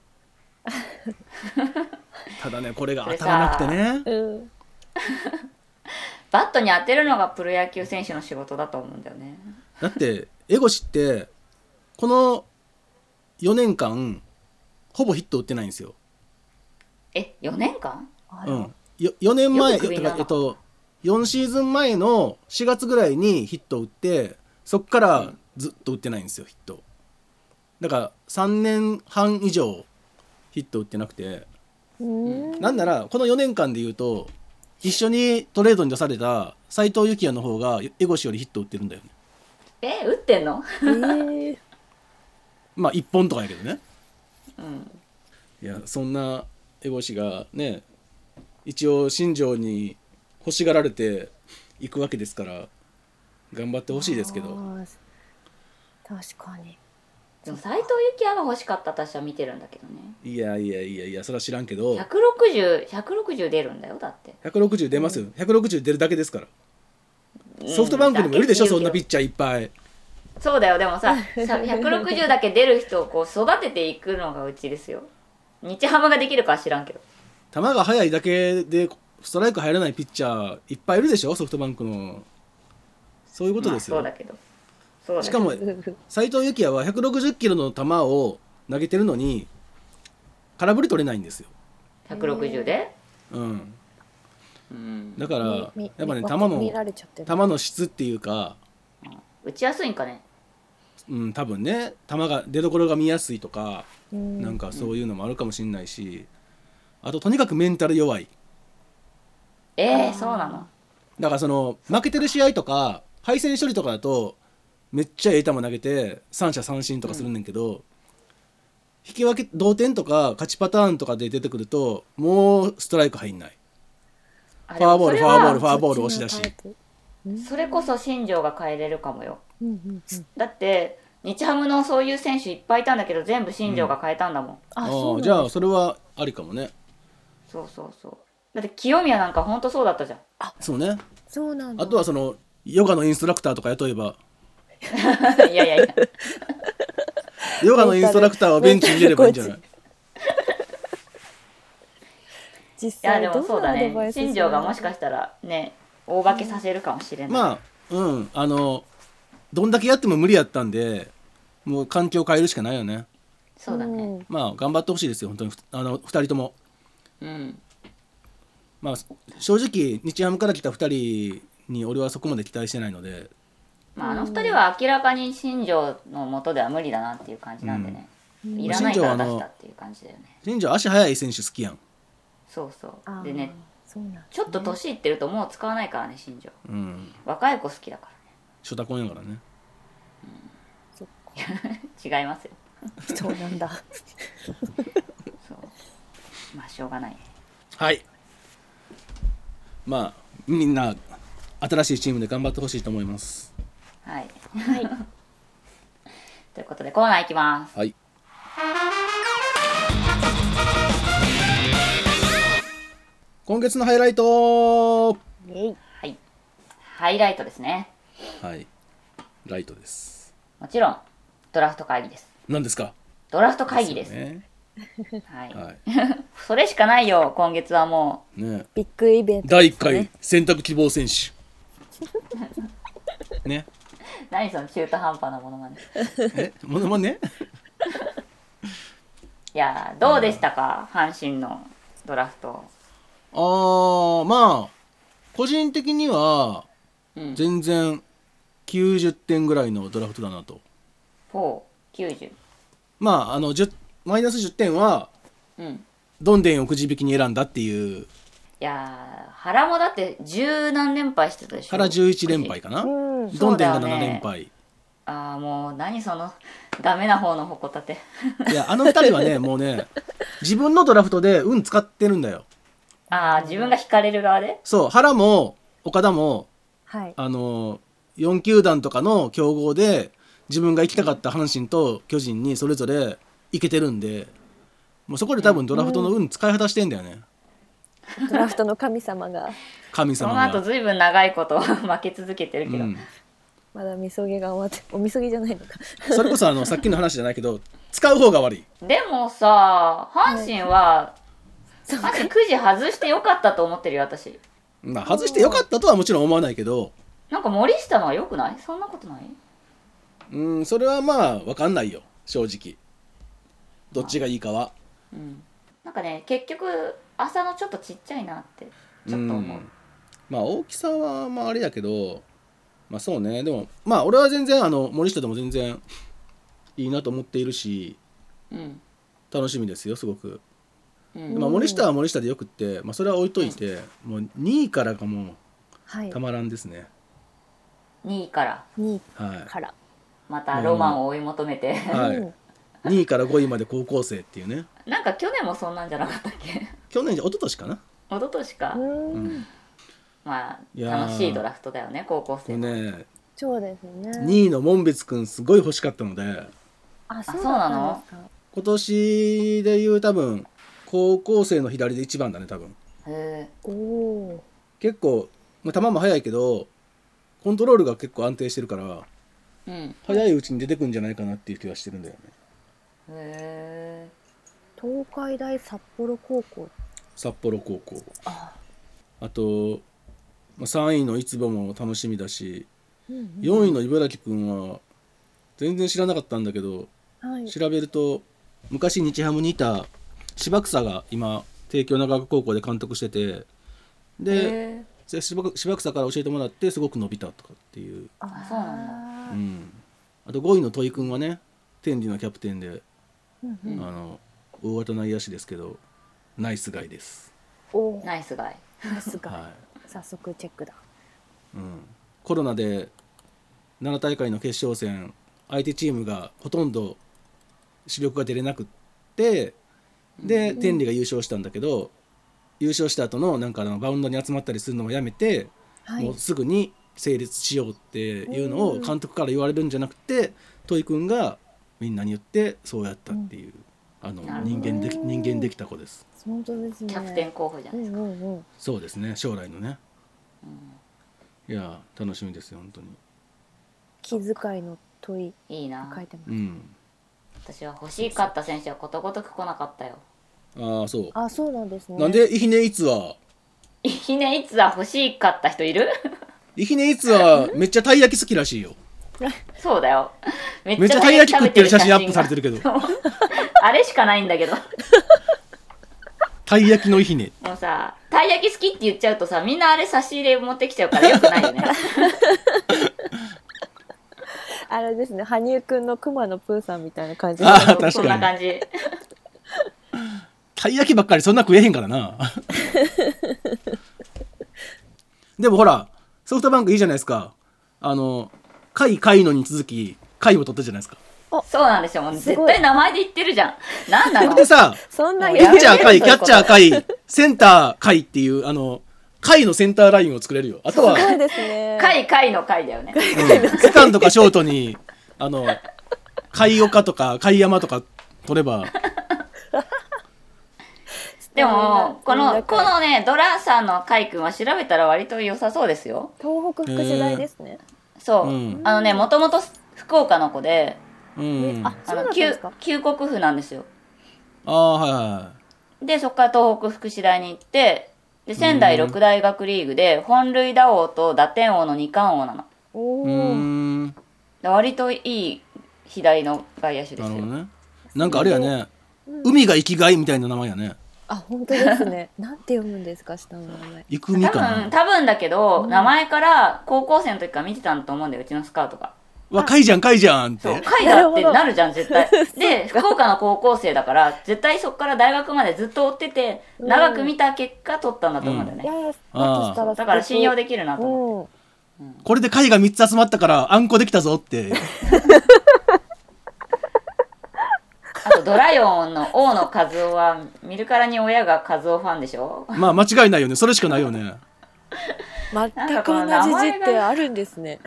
ただねこれが当たらなくてね。 うん。 バットに当てるのがプロ野球選手の仕事だと思うんだよね。 だってエゴシってこのよねんかんほぼヒット打ってないんですよ。 えよねんかんあら。 うん、よよねんまえよくクビにならなかったえっとよんシーズン前のしがつぐらいにヒット打ってそっからずっと打ってないんですよヒット。だからさんねんはん以上ヒット打ってなくて、 うん。 なんならこのよねんかんでいうと一緒にトレードに出された斎藤幸也の方がエゴシよりヒット打ってるんだよね。 え打ってんのえー、 まあいっぽんとかやけどね。 うんいやそんなエゴシがね一応新庄に欲しがられていくわけですから頑張ってほしいですけど。 あー確かに。 でも斎藤幸也が欲しかった私は見てるんだけどね。 いやいやいやいやそれは知らんけどひゃくろくじゅう、ひゃくろくじゅう出るんだよだって。 ひゃくろくじゅう出ますよ。ひゃくろくじゅう出るだけですから。 うんソフトバンクにもいるでしょだけそんなピッチャーいっぱい。 そうだよでもささひゃくろくじゅうだけ出る人をこう育てていくのがうちですよ。日ハムができるかは知らんけど。 球が速いだけでストライク入らないピッチャーいっぱいいるでしょソフトバンクの。そういうことですよ。 まあ、そうだけどそうだけどしかも斎藤幸也はひゃくろくじゅっキロの球を投げてるのに空振り取れないんですよ。 ひゃくろくじゅうで、 うん、 うん、 だからやっみぱねみ球の見られちゃってる。 球の質っていうか、 打ちやすいんかね。 うん、多分ね球が出どころが見やすいとか、 うんなんかそういうのもあるかもしれないし、あととにかくメンタル弱い。 えー、そうなの。 だからその負けてる試合とか敗戦処理とかだとめっちゃええ球投げて三者三振とかするんねんけど、引き分け同点とか勝ちパターンとかで出てくるともうストライク入んない。 あフォアボールでもそれはフォアボールフォアボール押し出し。 それこそ新庄が変えれるかもよ。 うんうんうん。 だって日ハムのそういう選手いっぱいいたんだけど全部新庄が変えたんだもん、 あ、 あそうなんあじゃあそれはありかもね。 そうそうそう。だって清宮なんかほんとそうだったじゃんそうね。 そうなんだ。 あとはそのヨガのインストラクターとか雇えばいやいやいやヨガのインストラクターをベンチに入れればいいんじゃない。 実いやで際どんなアもそうだねドバイスする新庄がもしかしたらね大化けさせるかもしれない、 まあうんあのどんだけやっても無理やったんでもう環境を変えるしかないよね。 そうだねんまあ頑張ってほしいですよ本当にあのふたりとも。 うんまあ正直日ハムから来たふたりに俺はそこまで期待してないので。 まああの二人は明らかに新庄の下では無理だなっていう感じなんでね、 うんいらないから出したっていう感じだよね。 新庄足速い選手好きやん。 そうそうあーでねそうなんですねちょっと年いってるともう使わないからね新庄。 うん若い子好きだかショタコンやからね。 そっか。 らね違いますよ。 そうなんだ。 そうまあしょうがないね。 はいまあみんな新しいチームで頑張ってほしいと思います。 はいはい。 ということでコーナーいきます。 はい今月のハイライト。 イエイ。 はいハイライトですね。 はいライトです。 もちろんドラフト会議です。 何ですか。 ドラフト会議です。 ねはい、 はいそれしかないよ今月はもね、 ビッグイベントだいいっかですねい選択希望選手ね、 う。何その中途半端なものまね。 えものまねいやーどうでしたか阪神のドラフト。 あーまあ個人的にはうん。 全然きゅうじゅってんぐらいのドラフトだなと。 ほうきゅうじゅう。 まああのじゅうマイナスじゅってんはうん。 どんでんをくじ引きに選んだっていう。 いやー原もだって十何連敗してたでしょ。 原じゅういち連敗かな、 うんどんでんがそうだよねなな連敗。 ああもう何そのダメな方の矛立て。 いやあのふたりはねもうね自分のドラフトで運使ってるんだよ。 ああ自分が引かれる側で。 そう原も岡田もはいあのよん球団とかの競合で自分が行きたかった阪神と巨人にそれぞれ行けてるんで、もうそこで多分ドラフトの運使い果たしてんだよね、 ドラフトの神様が神様が。 その後ずいぶん長いこと負け続けてるけど、 うん、 まだみそぎが終わっておみそぎじゃないのかそれこそあのさっきの話じゃないけど使う方が悪い。 でもさ阪神は、阪神くじ外してよかったと思ってるよ私。 まあ外してよかったとはもちろん思わないけど、 なんか森下のは良くない？そんなことない？ うんそれはまあ分かんないよ正直どっちがいいかは。 うんなんかね結局浅野ちょっとちっちゃいなってちょっと思う、 んまあ大きさはまああれやけど、まあそうね。でもまあ俺は全然あの森下でも全然いいなと思っているしうん楽しみですよすごく。 うんまあ、森下は森下でよくって、まあ、それは置いといて、もうにいからがもはいうたまらんですね。 にいからにいはからまたロマンを追い求めて、 い、はいうんにいからごいまで高校生っていうね。 なんか去年もそんなんじゃなかったっけ？ 去年じゃ一昨年かな。 一昨年か、 うんうんまいやーあ楽しいドラフトだよね高校こ生れねそうですねにいの門別くんすごい欲しかったので、 あそうそうなのだったんですか今年でいう多分高校生の左で一番だね多分。 へえおお結構、まあ、球も速いけどコントロールが結構安定してるからうん早いうちに出てくんじゃないかなっていう気はしてるんだよね。 へえ東海大札幌高校札幌高校。 ああと、まあ、さんいの逸保も楽しみだし、 うんうんよんいの茨城くんは全然知らなかったんだけど、 はい調べると昔日ハムにいた柴草が今帝京長岡高校で監督してて、でへえ柴柴草から教えてもらってすごく伸びたとかっていう、 あそうなんだうん、あとごいの戸井くんはね天理のキャプテンで、 うんうんあの大型内野手ですけどナイスガイです。 おおナイスガイ。 さすがは早速チェックだい、うん、コロナでなな大会の決勝戦相手チームがほとんど主力が出れなくってで、天理が優勝したんだけど優勝した後のなんかあのバウンドに集まったりするのをやめて、 はいもうすぐに成立しようっていうのを監督から言われるんじゃなくて戸井君がみんなに言ってそうやったっていう、あのなるほど人間でき人間できた子です。 本当ですねキャプテン候補じゃうないですか。 んうんうんそうですね将来のね、いや楽しみですよ本当に。 気遣いの問いいいな書いてますうん私は欲しかった選手はことごとく来なかったよ。 ああそう、 あそうなんですねなんでイヒネイツはイヒネイツは欲しかった人いる？ イヒネイツはめっちゃたい焼き好きらしいよ。 そうだよ。めめっちゃたい焼き食ってる写真アップされてる。 るけどあれしかないんだけど。 たい焼きのイヒネもうさ、たい焼き好きって言っちゃうとさ、みんなあれ差し入れ持ってきちゃうからよくないよね。 あれですね羽生くんの熊野プーさんみたいな感じあー確かにそんな感じ。 たい焼きばっかりそんな食えへんからなでもほらソフトバンクいいじゃないですか。あの甲斐甲斐のに続き甲斐を取ったじゃないですか。 そうなんですよ。もう絶すごい対名前で言ってるじゃん。なんなの？ でさそんなもうピッチャー甲斐やめてキャッチャー甲斐センター甲斐っていうあの甲斐のセンターラインを作れるよ。あとは、 そうですね回回の回だよね。 うんセカンドかショートにあの甲斐岡とか甲斐山とか取ればでもこみんなのこのねドラさんの回くんは調べたら割と良さそうですよ。 東北福祉大ですねそう、 うんあのねもともと福岡の子で、 うんあそうだあの旧ったんですか旧国府なんですよ。 ああはいはでそこから東北福祉大に行って、で仙台六大学リーグで本塁打王と打点王の二冠王なの。 おうーお。 んで割といい左の外野手ですよ。 なるほどね。なんかあれやね、海が生きがいみたいな名前やね。 あ、本当ですね。なんて読むんですか、下の名前。 行くみ多かな分。多分だけど、名前から高校生の時から見てたんと思うんだよ、うちのスカウトが。 わ、かいじゃんかいじゃんっそうて。 海だってなるじゃん絶対で福岡の高校生だから絶対そこから大学までずっと追ってて長く見た結果取ったんだと思うんだよね、 いやー、 あーだとしたらだから信用でできるなと思って、 うん。 これで貝がみっつ集まったからあんこできたぞって。 あとドラヨンの王の和夫は見るからに親が和夫ファンでしょ。 まあ間違いないよね。それしかないよね。 全く同じ字ってあるんですね。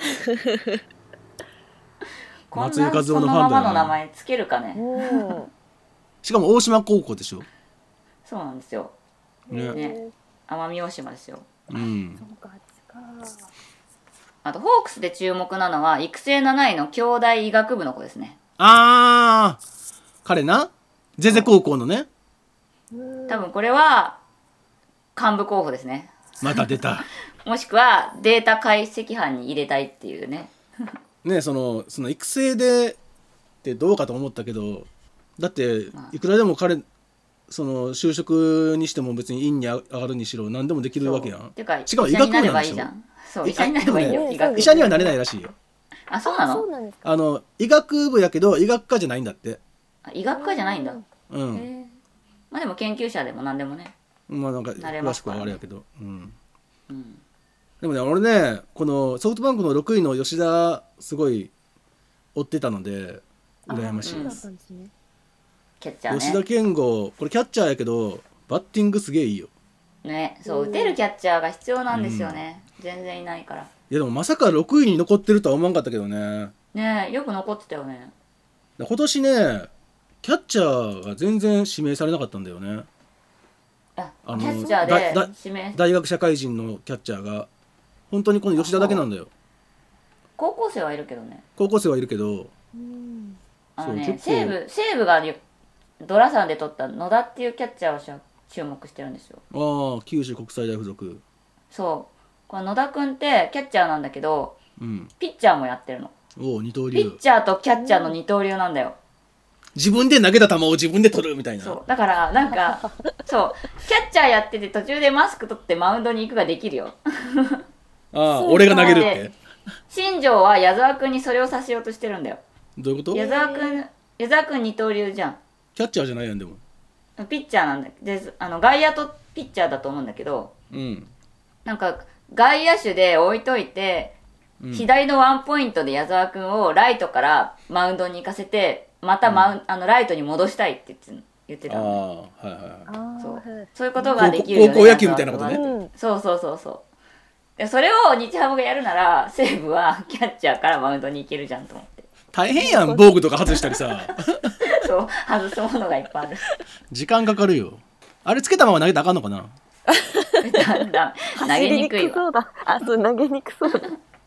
こんな松井和夫そののファンだよままの名前つけるかね。 おーしかも大島高校でしょ。 そうなんですよね。 ね、奄美大島ですよ。 うん。 そうか、あっちか。 あとホークスで注目なのは育成なないの京大医学部の子ですね。 あー彼な。ゼゼ高校のね。 多分これは幹部候補ですね。 また出た。 もしくはデータ解析班に入れたいっていうね。 ね、そのその育成でってどうかと思ったけど、だっていくらでも彼その就職にしても別に院に上がるにしろ何でもできるわけやん。 てかしかも医医者になれ学部なんでしょ。 ばいいじゃん。そう医者になればいいんだよ。 え医学部医者にはなれないらしいよ。 あそうなの。 そうなんですか。 あの医学部やけど医学科じゃないんだって。 あ医学科じゃないんだ。 うん。 へえ。まあでも研究者でも何でもね。 まあなんかなれま詳しくすからねはあれやけど。うん。 うん。 でもね俺ねこのソフトバンクのろくいの吉田すごい追ってたので羨ましいうんそうだったんですね。 キャッチャーね。 吉田健吾これキャッチャーやけどバッティングすげえいいよ。 ね、そう打てるキャッチャーが必要なんですよね。全然いないから。 いやでもまさかろくいに残ってるとは思わんかったけどね。 ねよく残ってたよね。 今年ねキャッチャーが全然指名されなかったんだよね。 ああのキャッチャーでだだ指名。 大学社会人のキャッチャーが本当にこの吉田だけなんだよ。 高校生はいるけどね。 高校生はいるけどうん。 あのねそう結構西武西武がドラさんで取った野田っていうキャッチャーをしゃ注目してるんですよ。 ああ九州国際大付属。 そうこの野田くんってキャッチャーなんだけどうん。 ピッチャーもやってるの。 おお二刀ピ流ッ。チャーとキャッチャーの二刀流なんだよ。 自分で投げた球を自分で取るみたいな。 そうだからなんかそうキャッチャーやってて途中でマスク取ってマウンドに行くができるよ。 ああそうか俺が投げるって。 新庄は矢沢くんにそれをさせようとしてるんだよ。 どういうこと？ 矢沢くん矢沢くん二刀流じゃん。 キャッチャーじゃないやんでも。 ピッチャーなんだであの外野とピッチャーだと思うんだけどうん。 なんか外野手で置いといて、 うん左のワンポイントで矢沢くんをライトからマウンドに行かせてまたマウン、あのライトに戻したいって言って言ってあたの。 あはいはいはい。 ああ、 そうはい。 そういうことができるよね。 高校高校野球みたいなことね矢沢君はうん。 そうそうそうそうでそれを日ハムがやるなら西武はキャッチャーからマウンドに行けるじゃんと思って大変やん防具とか外したりさ。 そう外すものがいっぱいある。 時間かかるよ。あれつけたまま投げたらあかんのかな。 だんだん投げにくいわ。 走りそうだ。あ、そう、投げにくそうだ。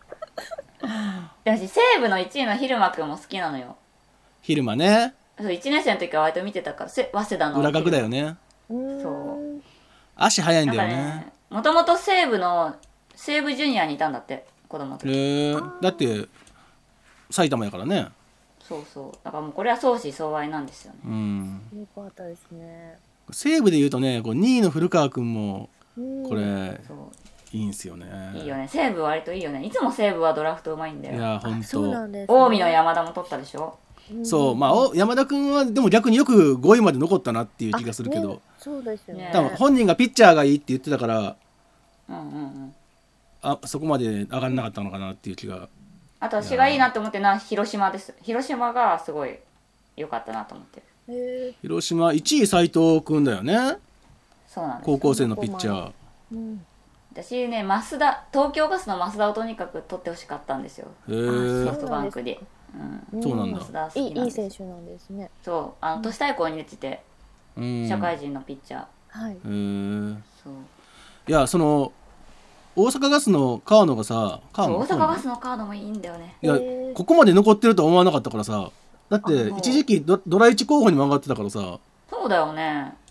私西武のいちいの蛭間くんも好きなのよ。 昼間ね。 そういちねん生の時は割と見てたからせ早稲田の裏学だよね。 そう足速いんなんかだよねね。もともと西武の西武ジュニアにいたんだって子供の時。 へえ。だって埼玉やからね。 そうそうだからもうこれは相思相愛なんですよね。 うん。 よかったですね。 西武で言うとね、こうにいの古川君もうんこれそいいんすよね。 ういいよね西武割といいよね。いつも西武はドラフトうまいんだいよ。 や本そうな当。 んですね。 近江の山田も取ったでしょ。 そうまあお山田君はでも逆によくごいまで残ったなっていう気がするけど、 ねそうですよね。 ね多分本人がピッチャーがいいって言ってたからうんうんうんあそこまで上がらなかったのかなっていう気が。 あと私がいいなと思ってるのは広島です。広島がすごい良かったなと思ってる。 へえ。 広島いちい斉藤君だよね。 そうなんです。 高校生のピッチャー。 うん。 私ね増田東京ガスの増田をとにかく取ってほしかったんですよ。 へソえフトバンクで。うん、 そうなんだ増田好きいいいいなんです。 選手なんですね。 そうあの都市対抗に出ててうん社会人のピッチャー。 はい。 へえ。 そういやその大阪ガスの川野がさ川野そう大阪ガスのカードもいいんだよね。 いやへーここまで残ってるとは思わなかったからさ。だってあ一時期ドドラいち候補にも上がってたからさ。 そうだよね。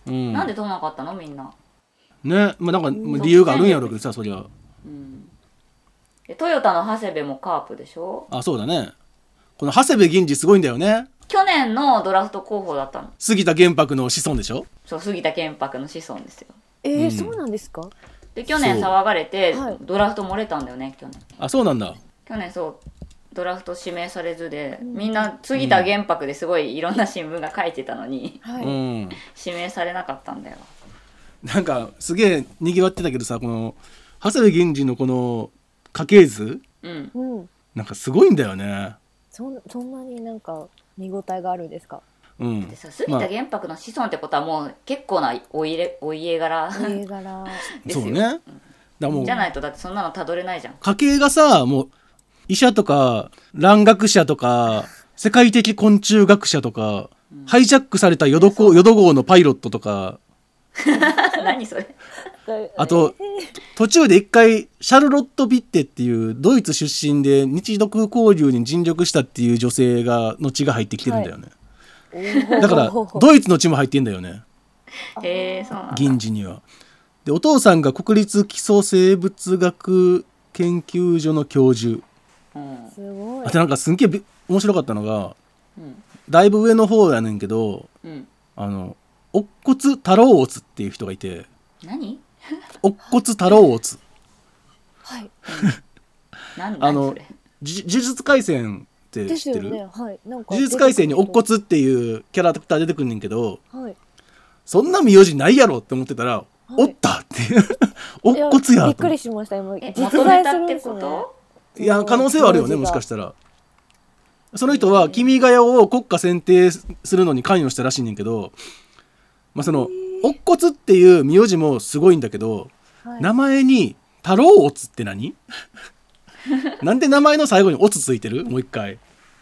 うんなんで取らなかったのみんな。 ね、まあなんか理由があるんやろうけどさ、そりゃ。 うんでトヨタの長谷部もカープでしょ。 あ、そうだね。この長谷部銀次すごいんだよね。 去年のドラフト候補だったの。 杉田玄白の子孫でしょ。 そう杉田玄白の子孫ですよ。 えーうんそうなんですか？ で去年騒がれてはいドラフト漏れたんだよね去年。 あ、そうなんだ。 去年そうドラフト指名されずで、みんな杉田玄白ですごいいろんな新聞が書いてたのに、 はい、 うん。 指名されなかったんだよ。 なんかすげえ賑わってたけどさ、この長谷部銀次のこの家系図うんうん、 なんかすごいんだよね。 そんそんなになんか見応えがあるんですか？ うんでさ杉田玄白の子孫ってことはもう結構なお家お家柄家柄ですよ。 そうね。だからもうじゃないとだってそんなのたどれないじゃん。 家系がさ、もう医者とか蘭学者とか世界的昆虫学者とか、ハイジャックされた淀号淀号のパイロットとか、 何それ。 あと途中で一回シャルロット・ビッテっていうドイツ出身で日独交流に尽力したっていう女性がの血が入ってきてるんだよね、だからドイツの血も入ってんだよね、 へえそうなんだ。 銀次には。でお父さんが国立基礎生物学研究所の教授。 うんすごいあとなんかすんげえび面白かったのが、 うんだいぶ上の方やねんけど、 うんあの乙骨太郎乙っていう人がいて、 何乙骨太郎乙はい何あの何それ。 じ呪術廻戦ってですよ知ってる？ ね。はい。なんか呪術廻戦に乙骨っていうキャラクター出てくんねんけど、 はい。 そんな名字ないやろって思ってたら、 いおったっていう乙いや骨やびっくと思っりしました今。 え実元ネタって在するんですね。 こと？ て。いや可能性はあるよね、 名字がもしかしたら。その人は君が代を国家選定するのに関与したらしいねんけど、まあその乙骨っていう名字もすごいんだけど、 はい名前に太郎乙って何なんで名前の最後に乙ついてる？もう一回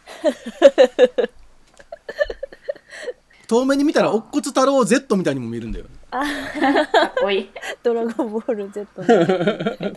遠目に見たら乙骨太郎 Z みたいにも見えるんだよ。 かっこいい。 ドラゴンボール Z みたいな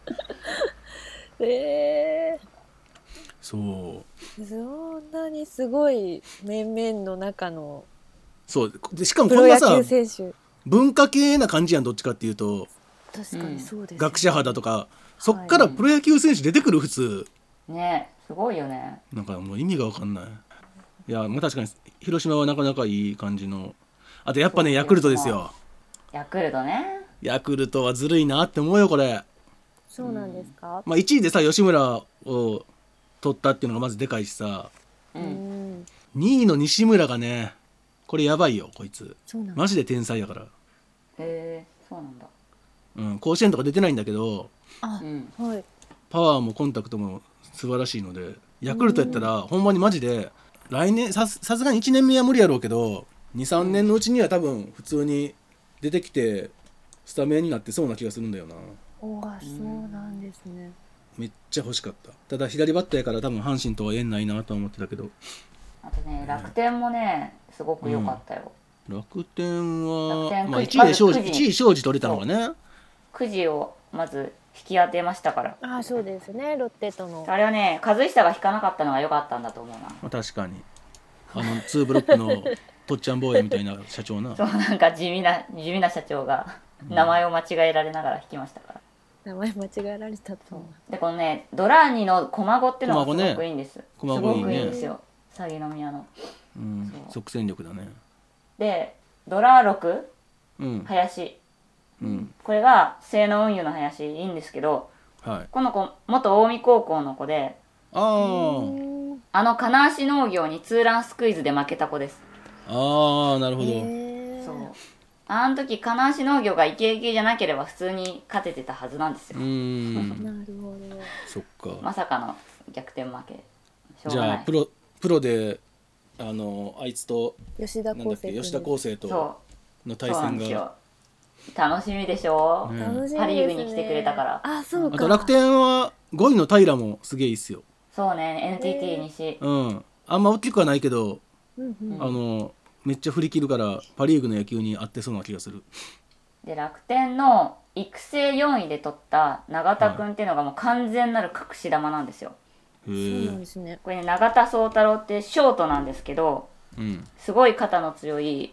えそうー、そんなにすごい面々の中のそうでしかもプロ野こんなさ球選手。 文化系な感じやん、どっちかっていうと確かにそうです、ね学者肌とかそっからプロ野球選手出てくる普通ねすごいよね。 なんかもう意味が分かんない。いやまあ確かに広島はなかなかいい感じの。あとやっぱねヤクルトですよ。 ヤクルトね。 ヤクルトはずるいなって思うよこれ。 そうなんですか？ まあいちいでさ吉村を取ったっていうのがまずでかいしさ、 う。 うんん、 にいの西村がねこれやばいよこいつ。 そうなんだ。 マジで天才やから。 へえそうなんだ。 うん、甲子園とか出てないんだけどあう、ん。 はい。 パワーもコンタクトも素晴らしいので、ヤクルトやったらほんまにマジで来年さすさすがにいちねんめは無理やろうけどにさんねんのうちには多分普通に出てきてスタメンになってそうな気がするんだよな。 おあ、そうなんですね。 めっちゃ欲しかった。ただ左バッターやから多分阪神とは縁ないなとは思ってたけど、 あとね楽天もねすごく良かったよ。 楽天は楽天まあ、いちいで庄司まずくじいちい庄司取れたのがね。 くじをまず引き当てましたから。 あ、そうですね。ロッテとの。 あれはね和久が引かなかったのが良かったんだと思うな。 まあ、確かにあのツーブロックのとっちゃん坊やみたいな社長な。 そうなんか地味な地味な社長が名前を間違えられながら引きましたから。 名前間違えられたと。 でこのねドラーニの駒子っていうのがすごくいいんです。 駒すご子ね駒子いいねくいいんですよ。詐欺の宮の。 うんそう即戦力だね。 でドラーろくうん林うんこれが西の運輸の林いいんですけど、 はい。 この子元近江高校の子でああの金足農業にツーランスクイズで負けた子です。 あああなるほど。 へーそうあの時金足農業がイケイケじゃなければ普通に勝ててたはずなんですよ。 うーんなるほど。 そっか。 まさかの逆転負け。しょうじがない。 ゃあプロプロであのあいつと吉田なんだっ康生君。 け吉田康生とそうの対そうなん戦が。 ですよ。楽しみでしょ、 ね楽しみですね。 パリーグに来てくれたからあ、そうか。 あと楽天はごいの平もすげえいいっすよ。 そうね エヌティーティー 西、 うん。あんま大きくはないけど、 うんうん。 あのめっちゃ振り切るからパリーグの野球に合ってそうな気がする。 で楽天の育成よんいで取った永田君っていうのがもう完全なる隠し玉なんですよ。 へそうなんえで。すね。 これね永田宗太郎ってショートなんですけどうん。 すごい肩の強い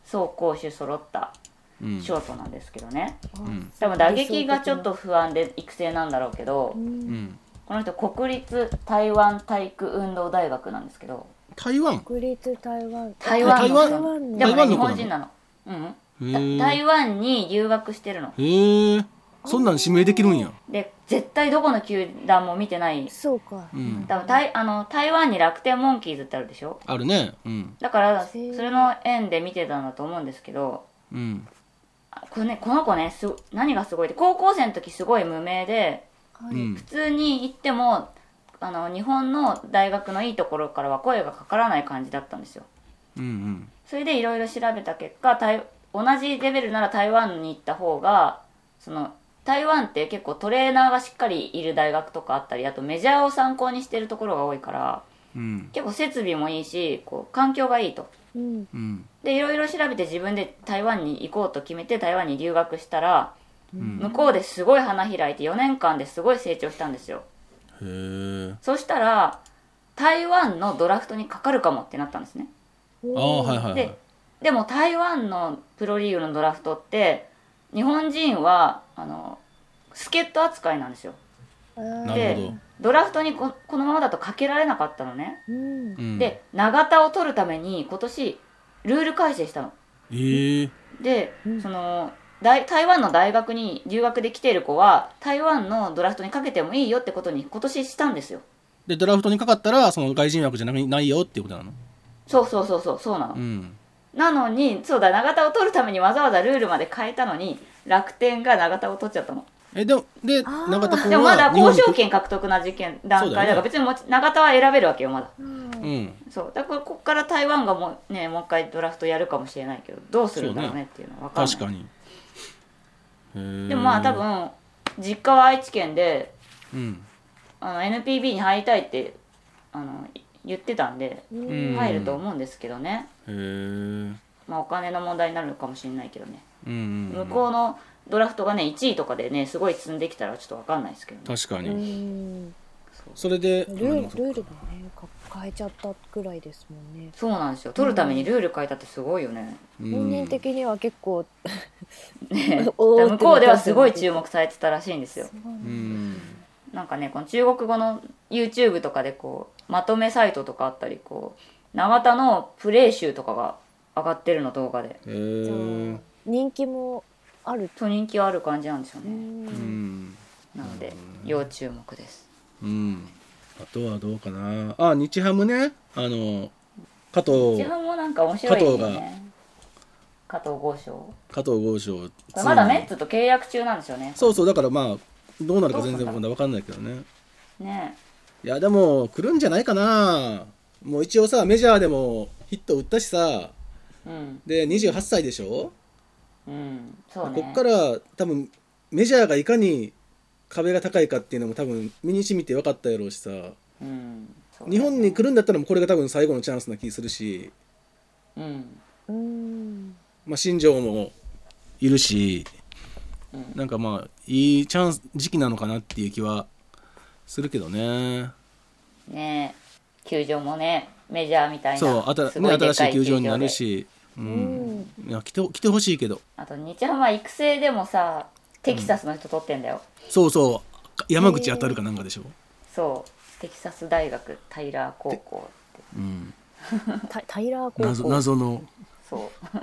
走攻守揃ったうんショートなんですけどね、 うん多分打撃がちょっと不安で育成なんだろうけど、 ううんんこの人国立台湾体育運動大学なんですけど、 台湾国立台湾台湾の台湾台湾のでもね日台湾の子なの本人なの。うんへー台湾に留学してるのへえそんなん指名できるんやで、絶対どこの球団も見てない。 そうか、 うん多分台あの台湾に楽天モンキーズってあるでしょ。 あるねうんだからそへーれの縁で見てたんだと思うんですけど、 うんあこれね、この子ねす何がすごいって、高校生の時すごい無名ではいうん普通に行ってもあの日本の大学のいいところからは声がかからない感じだったんですよ。 うんうんそれでいろいろ調べた結果、台同じレベルなら台湾に行った方が、その台湾って結構トレーナーがしっかりいる大学とかあったり、あとメジャーを参考にしてるところが多いから、 うん結構設備もいいし、こう環境がいいと。 うんうんでいろいろ調べて自分で台湾に行こうと決めて台湾に留学したら、 うん向こうですごい花開いてよねんかんですごい成長したんですよ。 へえそしたら台湾のドラフトにかかるかもってなったんですね。 ああはいはいはいででも台湾のプロリーグのドラフトって日本人はあの助っ人扱いなんですよ。 あーなるほでどドラフトにここのままだとかけられなかったのね。 うんうんで永田を取るために今年ルール改正したの。 ええで、 うんその大台湾の大学に留学で来ている子は台湾のドラフトにかけてもいいよってことに今年したんですよ。 でドラフトにかかったらその外人枠じゃなくないよっていうことなのそうそうそうそうそうなの、 うんなのにそうだ永田を取るためにわざわざルールまで変えたのに楽天が永田を取っちゃったの。 えでもであー永田君でもまだは日本に交渉権獲得な事件段そうだよね階だから別にもち永田は選べるわけよまだ。 うんうんそうだからここから台湾がもうねもう一回ドラフトやるかもしれないけどどうするんだろうねっていうのは分かんない。 確かにへーでもまあ多分実家は愛知県でうんあの エヌピービー に入りたいってあの言ってたんでうん入ると思うんですけどね、 へえまあお金の問題になるのかもしれないけどね、 うんうん向こうのドラフトがねいちいとかでねすごい積んできたらちょっと分かんないですけどね。 う確かにんそれでルールルールもねか変えちゃったくらいですもんね。 そうなんですよ。取るためにルール変えたってすごいよね。 うん本人的には結構ねおーって向こうではすごい注目されてたらしいんですよ。 うんなんかねこの中国語の YouTube とかでこうまとめサイトとかあったりこう永田のプレー集とかが上がってるの動画でへえ人気もある。 と人気はある感じなんですようね。 うんんなので要注目です。 うんあとはどうかなあ日ハムねあの加藤自分もなんか面白いよね。加藤豪将加藤豪将これまだメッツと契約中なんですよね。 そうそうだからまあどうなるか全然まだ分かんないけどねねいやでも来るんじゃないかなもう一応さメジャーでもヒット打ったしさうんでにじゅうはっさいでしょ、 うんそうね。 こっから多分メジャーがいかに壁が高いかっていうのも多分身に染みて分かったやろうしさうんそうね日本に来るんだったらもうこれが多分最後のチャンスな気するし、 うんうんまあ、新庄もいるし、 うんなんかまあいいチャンス時期なのかなっていう気はするけどねね球場もねメジャーみたいなそうあた、 すね、新しごいでかいい球場になるでし、ううんん、いや来て来てほしいけどあと日ハムは育成でもさテキサスの人取ってんだよ、 そうそう山口当たるかなんかでしょ、 そうテキサス大学タイラー高校ってうん、 タタイラー高謎校謎の、 そう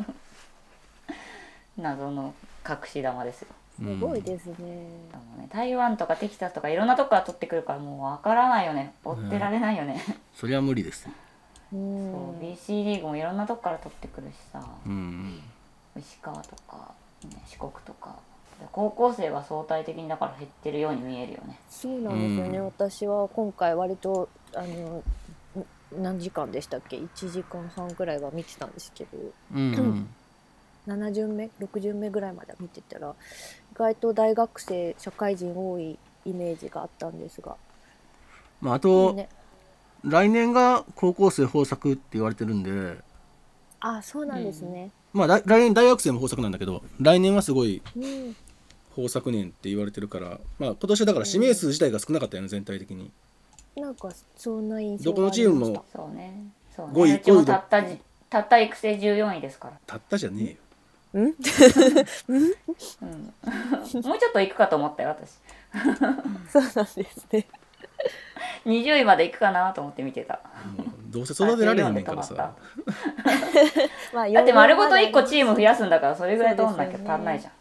謎の隠し玉ですよ。 うんすごいですね。 でもね台湾とかテキサスとかいろんなとこから取ってくるからもうわからないよね追ってられないよね、 そりゃ無理です、 うんそう ビーシー リーグもいろんなとこから取ってくるしさうん、 石川とか、ね、四国とかで高校生が相対的にだから減ってるように見えるよね。 そうなんですよね、 うん私は今回割とあのん何時間でしたっけいちじかんはんくらいは見てたんですけどうんなな巡目ろく巡目ぐらいまで見てたら意外と大学生社会人多いイメージがあったんですが、 まああと、 ね、 来年が高校生豊作って言われてるんであそうなんですね、 まあ来来年大学生も豊作なんだけど来年はすごいうん豊作年って言われてるから、まあ、今年はだから指名数自体が少なかったよね全体的になんかそんな印象どこのチームもそうねそうねごいうちもごいでたったじたった育成じゅうよんいですから。 たったじゃねえよ。 んうん、もうちょっと行くかと思ったよ私。 そうなんですね。 にじゅういまで行くかなと思って見てた。 もうどうせ育てられへんねんからさ。 まあ、 だって丸ごといっこチーム増ややすんだから、それぐらい取んなきゃ足んないじゃん。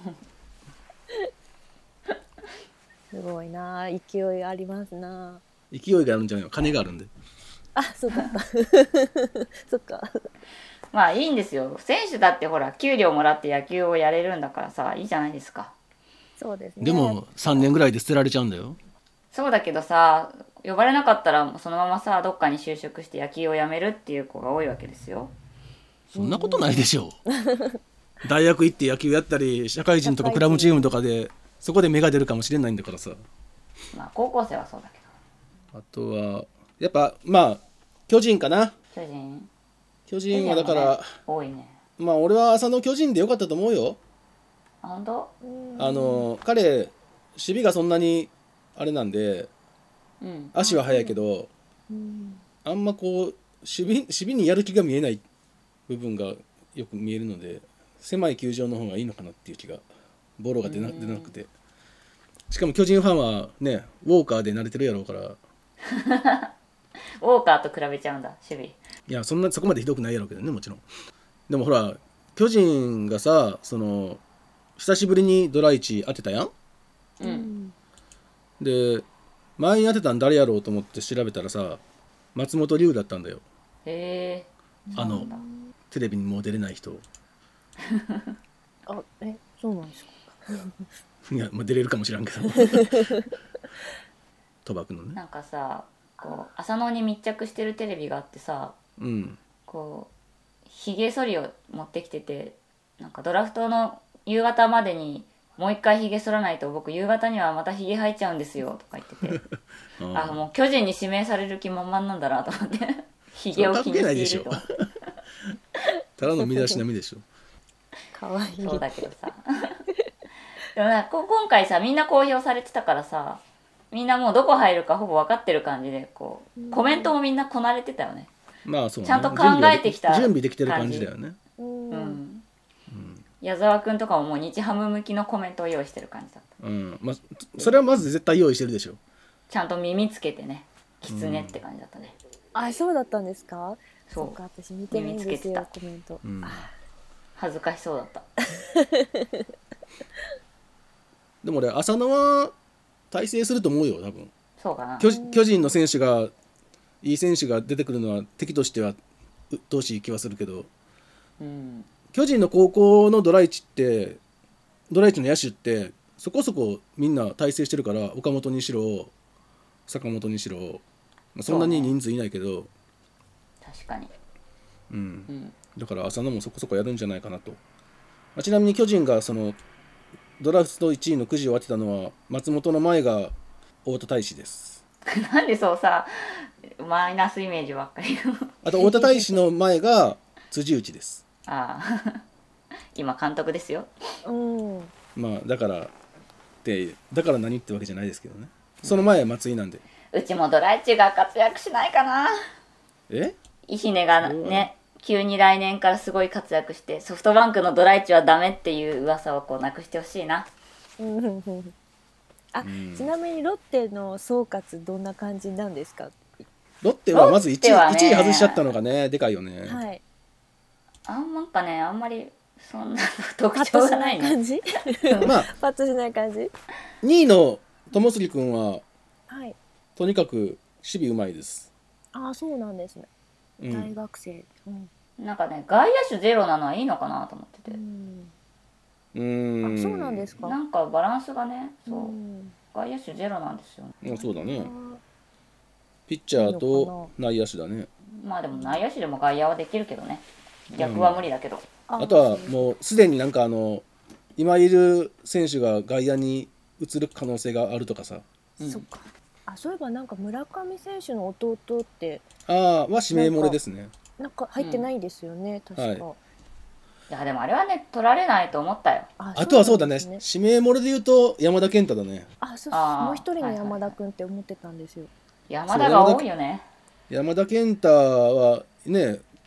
すごいな、勢いありますな。 勢いがあるんじゃないの、金があるんで。 あ、そうだったそっか。 まあいいんですよ、選手だってほら給料もらって野球をやれるんだからさ、いいじゃないですか。 そうですね。 でもさんねんぐらいで捨てられちゃうんだよ。 そうだけどさ、呼ばれなかったらそのままさどっかに就職して野球をやめるっていう子が多いわけですよ。 そんなことないでしょう。大学行って野球やったり社会人とかクラブチームとかでそこで芽が出るかもしれないんだからさ。 まあ高校生はそうだけど。 あとはやっぱまあ巨人かな。 巨人巨人はだから、 ね、多いね。 まあ俺は浅野巨人でよかったと思うよ。 あ、本当？ あの彼守備がそんなにあれなんで、 うん、 足は速いけど、 うん、 あんまこう守備、守備にやる気が見えない部分がよく見えるので、狭い球場の方がいいのかなっていう気が、ボロが出な、出なくて、しかも巨人ファンはねウォーカーで慣れてるやろうから。 ウォーカーと比べちゃうんだ守備。 いやそんなそこまでひどくないやろうけどね、もちろん。でもほら巨人がさ、その久しぶりにドライチ当てたやん。 うん、 で前に当てたん誰やろうと思って調べたらさ、松本龍だったんだよ。 へえ。 あのテレビにもう出れない人。 あ、え、そうなんですか。 いや、まあ、出れるかもしらんけど賭博のね。 なんかさ、こう浅野に密着してるテレビがあってさ、 うん、 こうひげ剃りを持ってきてて、なんかドラフトの夕方までにもう一回ひげ剃らないと僕夕方にはまたひげ生えちゃうんですよとか言っててああ、もう巨人に指名される気満々なんだなと思ってひげを気にしていると。 ただの身だしなみでしょ。 かわいい。 そうだけどさでもなんか今回さみんな公表されてたからさ、みんなもうどこ入るかほぼ分かってる感じで、こうコメントもみんなこなれてたよね。 まあそうね、 ちゃんと考えてきた準備できてる感じだよね。 うん、 うん、矢沢くんとかももう日ハム向きのコメントを用意してる感じだった。 うん、まあそれはまず絶対用意してるでしょ。 ちゃんと耳つけてね、キツネって感じだったね。 あ、そうだったんですか。 そう、 そうか、私見てないんですよコメント、 うん、 恥ずかしそうだったでも俺浅野は大成すると思うよ多分。 そうかな。 巨巨人の選手がいい選手が出てくるのは敵としては鬱陶しい気はするけど、 うん、 巨人の高校のドライチってドライチの野手ってそこそこみんな大成してるから、岡本にしろ坂本にしろ、まあ、そんなに人数いないけど、 確かに、 うんうん、 だから浅野もそこそこやるんじゃないかなと。まあ、ちなみに巨人がそのドラフトいちいのくじを当てたのは松本の前が太田大志です。 なんでそうさマイナスイメージばっかりあと太田大志の前が辻内です。 ああ今監督ですよ。 うん、 まあだからってだから何ってわけじゃないですけどね。その前は松井なんで。 うちもドライチが活躍しないかな。 えイヒネがね急に来年からすごい活躍してソフトバンクのドライチはダメっていう噂をこうなくしてほしいな。 あ、うん、ちなみにロッテの総括どんな感じなんですか。 ロッテはまずいちい、 ね、 いちい外しちゃったのがねでかいよね。 はい。 あんまかねあんまりそんな特徴がないね。 感じまあパッとしない感じ。 にいの友杉君は、 はい、 とにかく守備うまいです。 ああそうなんですね。うん、大学生、 うん、なんかね外野手ゼロなのはいいのかなと思ってて。 うんうーん、 あそうなんですか。 なんかバランスがね、そう、 うん、 外野手ゼロなんですよね。 あそうだね。ピッチャーと内野手だね。 まあでも内野手でも外野はできるけどね、逆は無理だけど、 うん、あとはもうすでになんかあの今いる選手が外野に移る可能性があるとかさ、 うん、そっか。あそういえばなんか村上選手の弟ってああは指名漏れですね。 なんか入ってないですよね、うん、確か、はい。 いやでもあれはね取られないと思ったよ。 あ, あとはそうだね、指名漏れで言うと山田健太だね。 あそうそうもう一人の山田君って思ってたんですよ。 山田が多いよね。 山田健太はね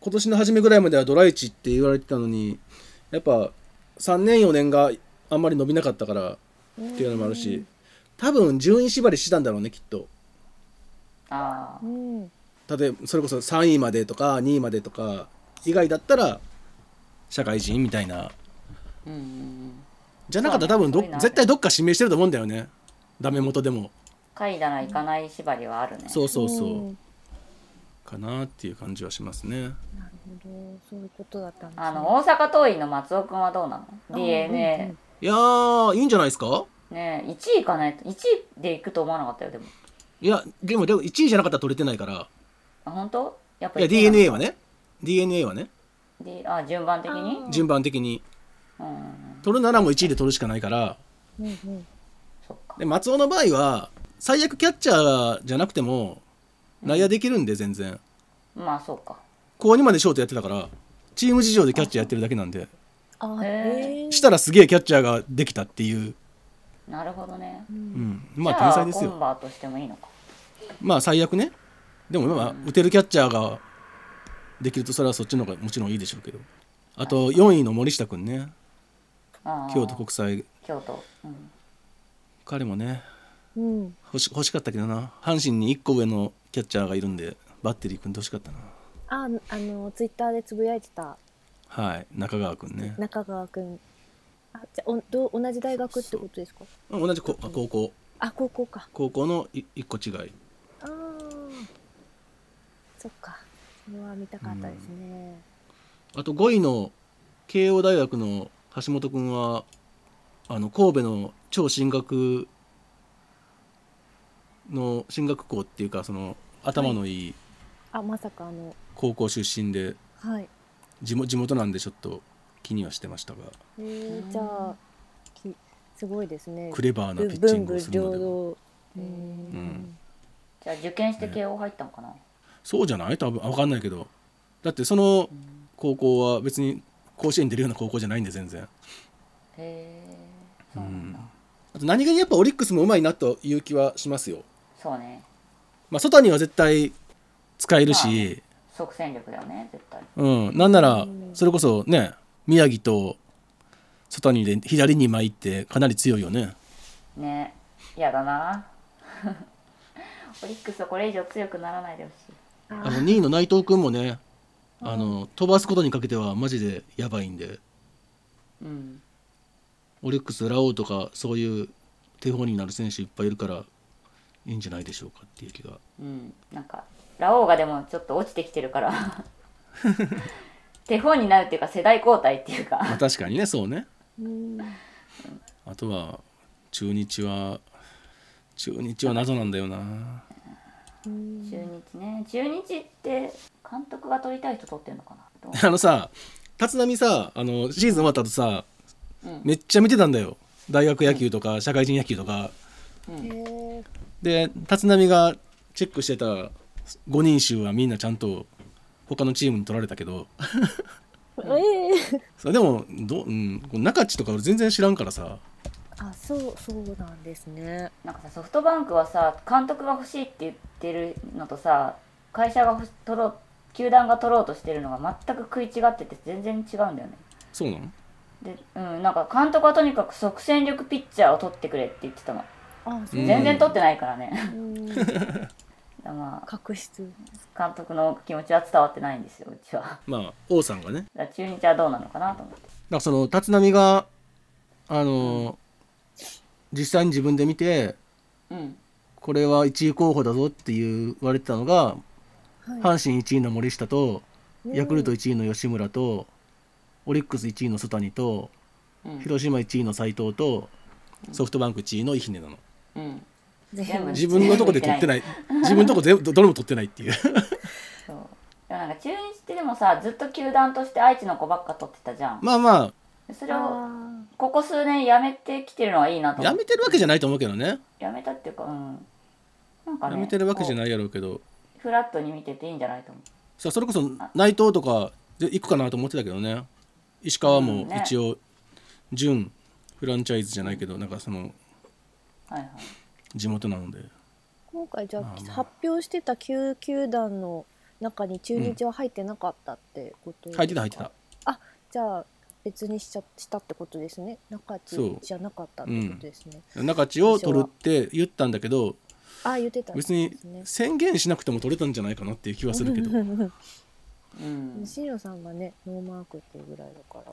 今年の初めぐらいまではドライチって言われてたのにやっぱさんねんよねんがあんまり伸びなかったからっていうのもあるし、多分順位縛りしたんだろうねきっと。 ああ、 うん例えばそれこそさんいまでとかにいまでとか以外だったら社会人みたいなうんうんうん。 じゃなかったら多分ど、 そうねそういうのある絶対どっか指名してると思うんだよねダメ元でも。 下位だな行かない縛りはあるね。 そうそうそう、 んかなっていう感じはしますね。 なるほど、そういうことだったんですね。 あの大阪桐蔭の松尾くんはどうなの？ ディーエヌエーいやーいいんじゃないですか。 ねえいちいかないといちいで行くと思わなかったよでも。 いやでもでもいちいじゃなかったら取れてないから。 あ本当？やっぱいや ディーエヌエー はね ディーエヌエー はね D あ順番的に？ 順番的にうんうんうん。 取るならもういちいで取るしかないから。 うんうんそっか。 で松尾の場合は最悪キャッチャーじゃなくても内野できるんで全然、 まあそうか。 高にまでショートやってたからチーム事情でキャッチャーやってるだけなんであへへえしたらすげえキャッチャーができたっていう、 なるほどね。 うん、まあじゃ天才ですよ。 コンバートしてもいいのか。 まあ最悪ね。でもまあ打てるキャッチャーができるとそれはそっちの方がもちろんいいでしょうけど。あとよんいの森下君ねあー京都国際京都。うん。 彼もねうん欲し、欲しかったけどな。阪神にいっこ上のキャッチャーがいるんでバッテリー組んで欲しかったな。 ああのツイッターでつぶやいてたはい中川君ね。 中川くん。あじゃあおど同じ大学ってことですか？ うん同じこあ高校あ高校か。 高校のいいっこ違い。 ああそっか、それは見たかったですね。 あとごいの慶応大学の橋本君はあの神戸の超進学の進学校っていうかその頭のいいあまさかあの高校出身ではい。 地元地元なんでちょっと気にはしてましたがへえじゃあきすごいですね。 クレバーなピッチン文武グをするのでは両道。ううんんじゃあ受験して慶応入ったのかな。 そうじゃない多分分かんないけどだってその高校は別に甲子園に出るような高校じゃないんで全然。 へえそうなんだ。 あと何気にやっぱオリックスもうまいなという気はしますよ。 そうね。 まあ外には絶対使えるし、 即戦力だよね絶対。 うん、なんならそれこそね宮城と外にで左に巻いてかなり強いよね。 ねやだなオリックスはこれ以上強くならないでほしい。 あのにいの内藤君もねあの飛ばすことにかけてはマジでやばいんでうんオリックスラオウとかそういう手本になる選手いっぱいいるからいいんじゃないでしょうかっていう気が。 うんなんかラオウがでもちょっと落ちてきてるから手本になるっていうか世代交代っていうまあか確かにねそうね。 うんあとは中日は中日は謎なんだよな。 うん中日ね中日って監督が取りたい人取ってんのかなどうあのさ立浪さあのシーズン終わった後さうんめっちゃ見てたんだよ大学野球とか社会人野球とかうんへえで立浪がチェックしてたごにん衆はみんなちゃんと他のチームに取られたけどええそれでもどう、うん、中地とか俺全然知らんからさ。 あそうそうなんですね。 なんかさソフトバンクはさ監督が欲しいって言ってるのとさ会社が欲し取ろう球団が取ろうとしてるのが全く食い違ってて全然違うんだよね。 そうなの。 で、うん、なんか監督はとにかく即戦力ピッチャーを取ってくれって言ってたの。 あそう全然取ってないからねうんだからまあ確執。 監督の気持ちは伝わってないんですようちは。 まあ王さんがねだから中日はどうなのかなと思って。 だからその立浪があのー実際に自分で見てうんこれはいちい候補だぞって言われてたのがはい阪神いちいの森下とうんヤクルトいちいの吉村とオリックスいちいの曽谷とうん広島いちいの斉藤とソフトバンクいちいの愛媛なの。 うん全部自分のとこで取ってない自分のとこ全部どどれも取ってないっていうそうでもなんか中日ってでもさずっと球団として愛知の子ばっか取ってたじゃん。 まあまそれをあここ数年やめてきてるのはいいなと思って。 あやめてるわけじゃないと思うけどね。 やめたっていうかうんなんかねやめてるわけじゃいないやろうけどフラットに見てていいんじゃないと思う。 さあそれこそ内藤とかで行くかなと思ってたけどね。石川もうんね一応準フランチャイズじゃないけどなんかそのはいはい地元なので今回じゃあ、 まあまあ発表してたきゅう球団の中に中日は入ってなかったってことですか？ 入ってた入ってた。 あ、じゃあ別にしちゃしたってことですね。中地じゃなかったってことですね。 中地を取るって言ったんだけど、 あ、言ってたんで別にすね。 宣言しなくても取れたんじゃないかなっていう気はするけどうん新庄さんがねノーマークっていうぐらいだから。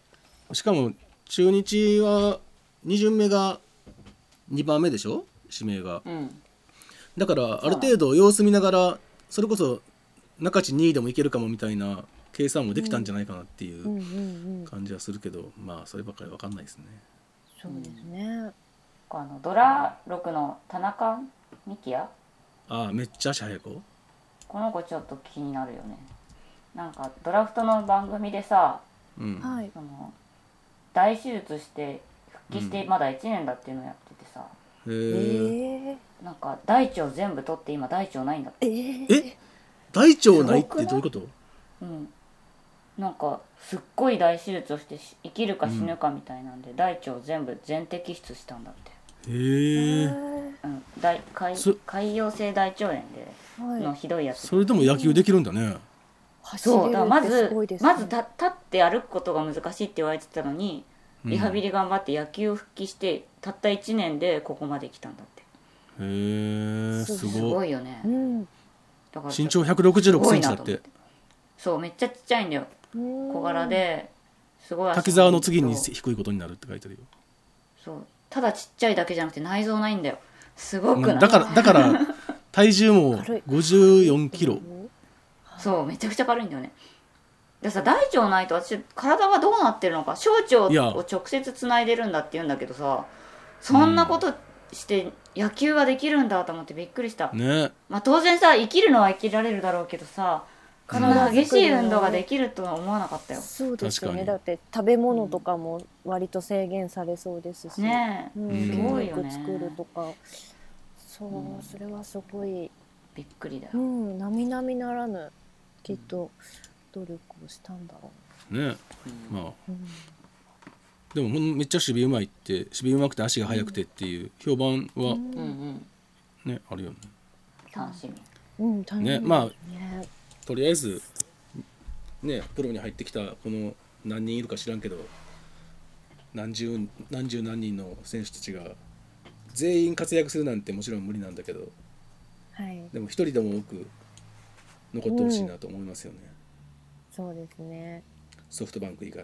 しかも中日はに巡目がにばんめでしょ、指名が。 うんだからある程度様子見ながら、それこそ中地にいでもいけるかもみたいな計算もできたんじゃないかなっていううんうんうん。 感じはするけど、まあそればっかり分かんないですね。 そうですね。 あのドラろくの田中幹也、 ああめっちゃ足速い子。 この子ちょっと気になるよね。なんかドラフトの番組でさ、 うんはい。 その大手術して復帰してまだいちねんだっていうのをやっててさ、 へええ。 ー、 なんか大腸全部取って今大腸ないんだって。 えー、 え大腸ないってどういうこと？ うん、なんかすっごい大手術をしてし生きるか死ぬかみたいなんで、大腸全部全摘出したんだって。 へえ。 うん、大潰そ潰瘍性大腸炎でのはい。 ひどいやつ。 それでも野球できるんだね。 そうだからま走れるってずすごいですね。 まずた立って歩くことが難しいって言われてたのに、 うんリハビリ頑張って野球復帰してたったいちねんでここまで来たんだって。 へえ、すすごい。 ごいよね。 うん。 だから身長ひゃくろくじゅうろくセンチだってすごいなと思。そうめっちゃちっちゃいんだよ。小柄ですごい足滝沢の次に低いことになるって書いてあるよ。 そうただちっちゃいだけじゃなくて内臓ないんだよ。すごくない？ だからだから体重も軽いごじゅうよんキロ。 そうめちゃくちゃ軽いんだよね。でさ、大腸ないと私体がどうなってるのか、小腸いやを直接つないでるんだって言うんだけどさ、そんなことして野球ができるんだと思ってびっくりした、 ね。 まあ当然さ生きるのは生きられるだろうけどさ、こんな激しい運動ができるとは思わなかったよそうですよね。 確かにだって食べ物とかも割と制限されそうですし、 ねえ、 うん、 うん筋すごいよね。 肉作るとか、そう、 うんそれはすごい、 びっくりだよ、 うん、並々ならぬきっと努力をしたんだろね。 うんまあう、うん、 でもほんめっちゃ守備うまいって守備うまくて足が速くてっていう評判はうんうんね、あるよね。 楽しみ。 うん、大変ねまあですね。 とりあえずねプロに入ってきたこの何人いるか知らんけど何十何十何人の選手たちが全員活躍するなんてもちろん無理なんだけど、 はい、 でも一人でも多く残ってほしいなと思いますよね、 そうですね。 ソフトバンク以外。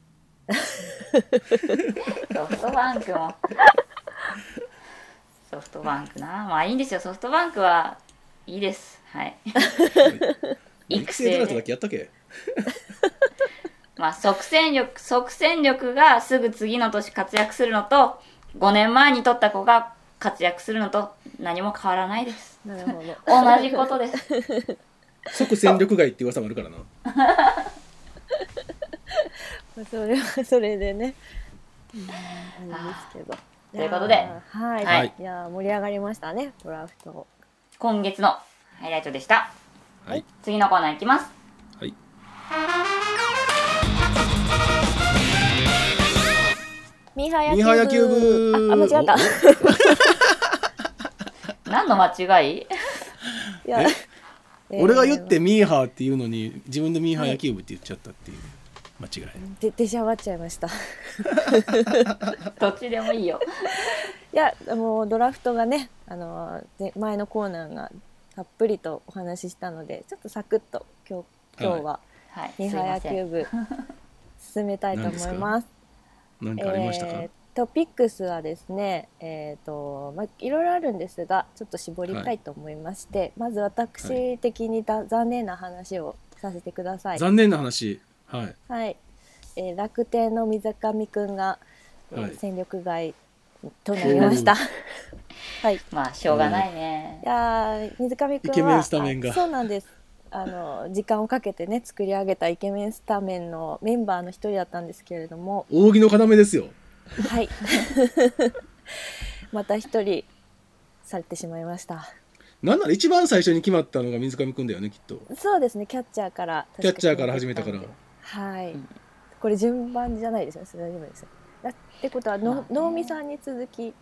ソフトバンクもソフトバンクな、まあいいんですよ、ソフトバンクはいいです。はい育成ドラフトだっけやったっけ？ まあ即戦力即戦力がすぐ次の年活躍するのとごねんまえに取った子が活躍するのと何も変わらないです。 なるほど。 同じことです即戦力外って噂もあるからな。 それはそれでね、うん、あれですけど。 ということではい、 はいいや盛り上がりましたね、ドラフト。 今月のハイライトでした。 はい次のコーナーいきます。 はい。 ミーハーミーハー野球部。 あ、あ間違った。 何の間違い？ いやええー俺が言ってミーハーっていうのに自分でミーハー野球部って言っちゃったっていう間違い。 で出しゃばっちゃいました。 どっちでもいいよ。 いやもうドラフトがね、あので前のコーナーがたっぷりとお話ししたので、ちょっとサクッと今日今日ははい、 ミーハー野球部進めたいと思います。 何かありましたか？ えートピックスはですね、えーとまあ、いろいろあるんですがちょっと絞りたいと思いまして、はい、まず私的にだ、はい、残念な話をさせてください。 残念な話、はい、 はい、えー、楽天の水上くんが、えーはい、 戦力外となりました。はい、 まあしょうがないね。 いや水上くんはイケメンスタメンがそうなんです。あの時間をかけてね作り上げたイケメンスタメンのメンバーの一人だったんですけれども、 扇の要ですよ。 はいまた一人されてしまいました。 なんなら一番最初に決まったのが水上くんだよね、きっと。 そうですね、キャッチャーからキャッチャーから始めたから。 はい、 うん、 これ順番じゃないですよね、大丈夫ですよ。ってことはの、能見さんに続き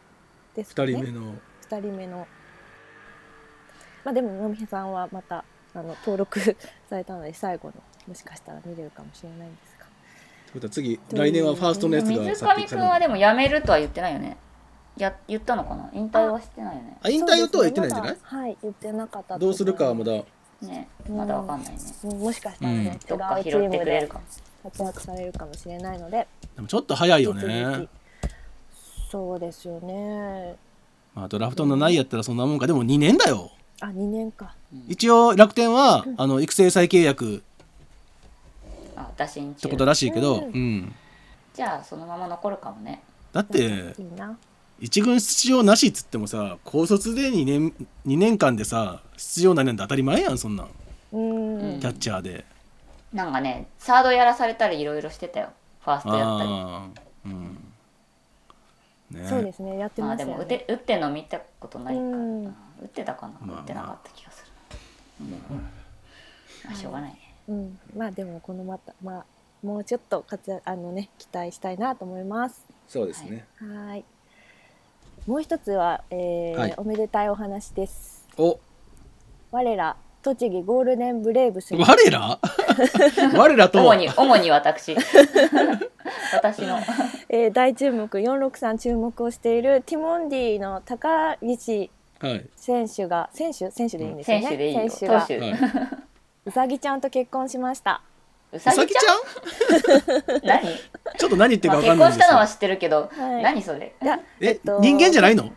ですかね。 ふたりめのふたりめの、まあでも能見さんはまたあの登録されたので最後のもしかしたら見れるかもしれないんですが。 ということは次来年はファーストのやつが水上くんはでも辞めるとは言ってないよね。や言ったのかな。引退はしてないよね。 あ引退とは言ってないんじゃない、 そうですねまだはい言ってなかったどうするかはまだねまだわかんないね。 うんもしかしたらね、 どっか違うチ拾ってームでくれるかも。 活躍されるかもしれないのででもちょっと早いよ引き続ねき。そうですよね。 まあドラフトのないやったらそんなもんか。でもにねんだよ。 あにねんか。 一応楽天はあの育成再契約あ打診中ってことらしいけど、 うんうん、 じゃあそのまま残るかもね。 だっていいな。 一軍出場なしっつってもさ高卒で2年にねんかんでさ出場なんて当たり前やんそんなんうん、 うんキャッチャーで。 なんかねサードやらされたりいろいろしてたよ。ファーストやったり。 あーうんね、 そうですねやってまあましたよね。 でも打て打ってんの見たことないからな。 うん打ってたかな、 まあ打ってなかった気がするな。うんまあしょうがないね。 うん、まあでもこのまたまあもうちょっと活躍あのね期待したいなと思います。 そうですね、 はい。もう一つは、えーはいおめでたいお話です。 お我ら栃木ゴールデンブレーブスに我ら我らと主はに主に私私のえー大注目よんろくさん注目をしているティモンディの高岸はい選手が選手選手でいいんですよね。 選手でいいよ。 選手が投手、 はいうさぎちゃんと結婚しました。 うさぎちうさぎちゃんゃん何、 ちょっと何言ってるまあ、 か分かんないんですよ結婚したのは知ってるけど、 はい何それ。 いやえ、 えっと人間じゃないの？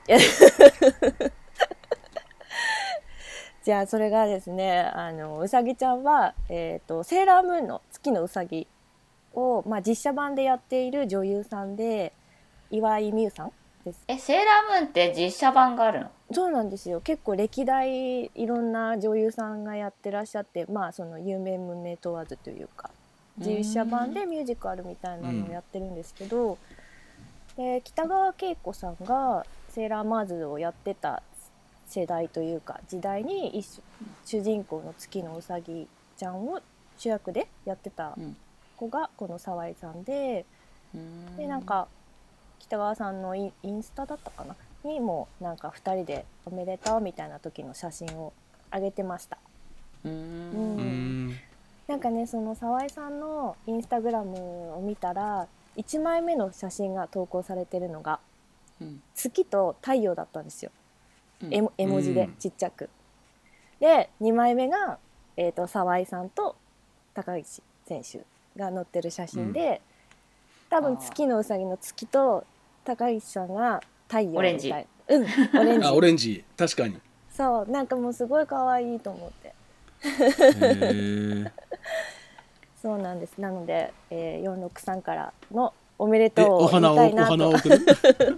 じゃあそれがですねあのうさぎちゃんは、えー、とセーラームーンの月のうさぎを、まあ、実写版でやっている女優さんで岩井美優さんです。 えセーラームーンって実写版があるの？ そうなんですよ。結構歴代いろんな女優さんがやってらっしゃって、まあその有名無名問わずというか実写版でミュージカルみたいなのをやってるんですけど、で北川景子さんがセーラーマーズをやってた世代というか時代に一緒主人公の月のうさぎちゃんを主役でやってた子がこの沢井さんで、でなんか北川さんのインインスタだったかなにもなんかふたりでおめでとうみたいな時の写真を上げてました。 うーうんんんなんかねその沢井さんのインスタグラムを見たらいちまいめの写真が投稿されてるのがうん月と太陽だったんですよ。 うん絵も絵文字でうんちっちゃく。でにまいめが、えー、と沢井さんと高岸選手が載ってる写真で、多分月のうさぎの月と高岸さんが太陽みたいな。 オレンジうんオレンジあオレンジ確かにそうなんかもうすごい可愛いと思って。 へーそうなんです。なので、えー、よんろくさんからのおめでえとうをお花を言いたいなとお花を送る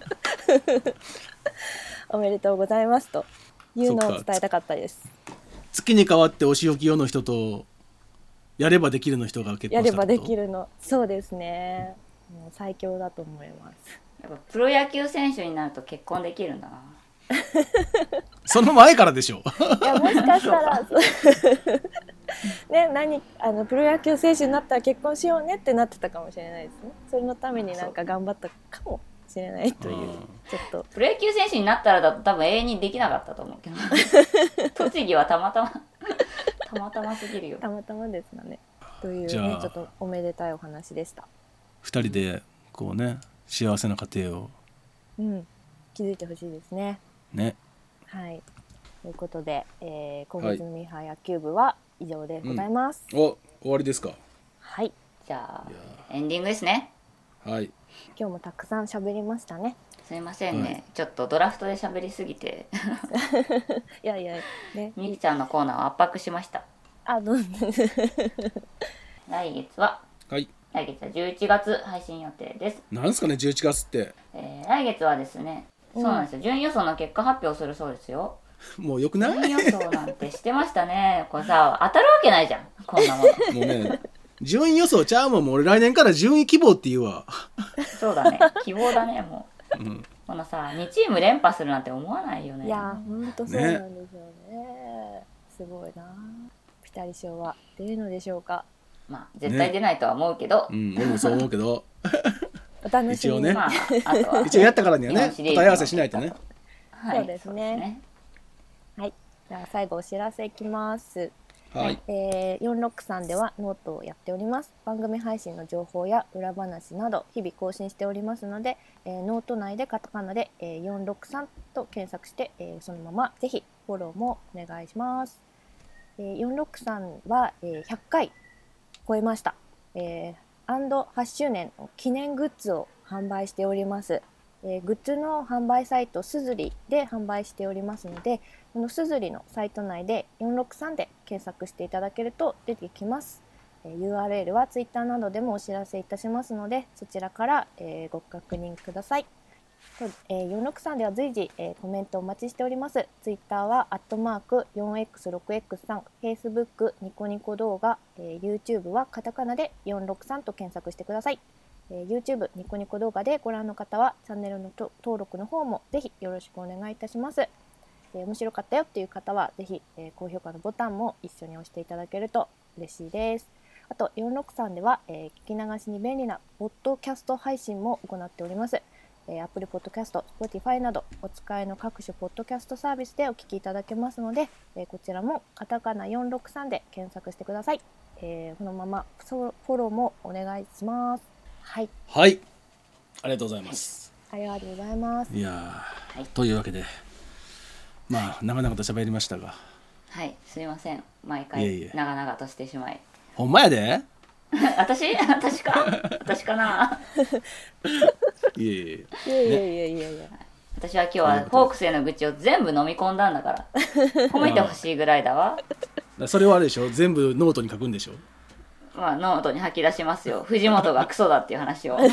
おめでとうございますというのを伝えたかったです。 月に代わってお仕置き用の人とやればできるの人が結やれば婚したってことできるのそうですね。もう最強だと思います。 やっぱプロ野球選手になると結婚できるんだな。 その前からでしょいやもしかしたらそうね何あのプロ野球選手になったら結婚しようねってなってたかもしれないですね。それのためになんか頑張ったかもしれないといううんちょっとプロ野球選手になったらだと多分永遠にできなかったと思うけど栃木はたまたまたまたますぎるよ。 たまたまですがねというじゃあねちょっとおめでたいお話でした。 二人でこうね幸せな家庭をうん気づいてほしいですね。 ねはいということで、えー、今月のミーハー野球部は以上でございます。 お終わりですか。 はいじゃあいやエンディングですね。 はい今日もたくさん喋りましたね。 すいませんね、 はいちょっとドラフトで喋りすぎていやいやねみきちゃんのコーナーを圧迫しました。 あどうぞ来月ははい来月はじゅういちがつ配信予定です。 なんすかねじゅういちがつってえー来月はですね、そうなんですよ、順位予想の結果発表するそうですよ。 もうよくない順位予想なんてしてましたね。これさ当たるわけないじゃんこんなもの。 もうね順位予想ちゃうもんもう俺来年から順位希望って言うわ、 そうだね希望だねもううん、 このさにチーム連覇するなんて思わないよね。 いやほんとそうなんですよね。すごいな。ピタリ賞は出るのでしょうか。 まあ絶対出ないとは思うけど、 うん、俺もそう思うけどお楽しみに。 一応ねまああとは一応やったからにはね日本シリーズの答え合わせしないとね。 はい、 そうですねそうですね。 はいじゃあ最後お知らせいきます。 はいえー、よんろくさんではノートをやっております。番組配信の情報や裏話など日々更新しておりますので、えー、ノート内でカタカナで、えー、よんろくさんと検索して、えー、そのままぜひフォローもお願いします。えー、よんろくさんは、えー、ひゃっかい超えました。えー、アンドはちしゅうねんの記念グッズを販売しております。えー、グッズの販売サイトすずりで販売しておりますので、このすずりのサイト内でよんろくさんで検索していただけると出てきます。えー、ユーアールエル はツイッターなどでもお知らせいたしますので、そちらから、えー、ご確認ください。とえー、よんろくさんでは随時、えー、コメントお待ちしております。ツイッターはアットマーク よんエックスろくエックスさん、Facebook ニコニコ動画、えー、YouTube はカタカナでよんろくさんと検索してください。えー、YouTube ニコニコ動画でご覧の方はチャンネルの登録の方もぜひよろしくお願いいたします。えー、面白かったよっていう方はぜひ、えー、高評価のボタンも一緒に押していただけると嬉しいです。あとよんろくさんでは、えー、聞き流しに便利なポッドキャスト配信も行っております。えー、Apple Podcast、Spotify などお使いの各種ポッドキャストサービスでお聞きいただけますので、えー、こちらもカタカナよんろくさんで検索してください。えー、このままフォローもお願いします。はい、 はい、ありがとうございます。 ありがとうございます。 いやー、というわけでまあ長々と喋りましたが、 はい、すいません毎いえい回え長々としてしまい。 ほんまやで私私か私かないえいえいやいやいやいやいや、 私は今日はフォークスへの愚痴を全部飲み込んだんだから褒めてほしいぐらいだわ。 だそれはあれでしょ、全部ノートに書くんでしょ。 まあノートに吐き出しますよ、藤本がクソだっていう話をい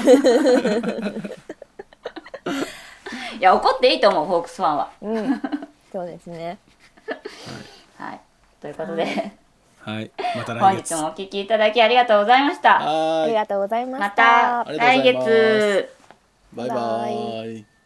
や怒っていいと思うフォークスファンは。 うん、そうですね。 はい、ということで、 はい、また本来月。 日もお聞きいただきありがとうございました。 はーい、 ありがとうございました。 またありがとうござい来ます月。 バイババイバーイ。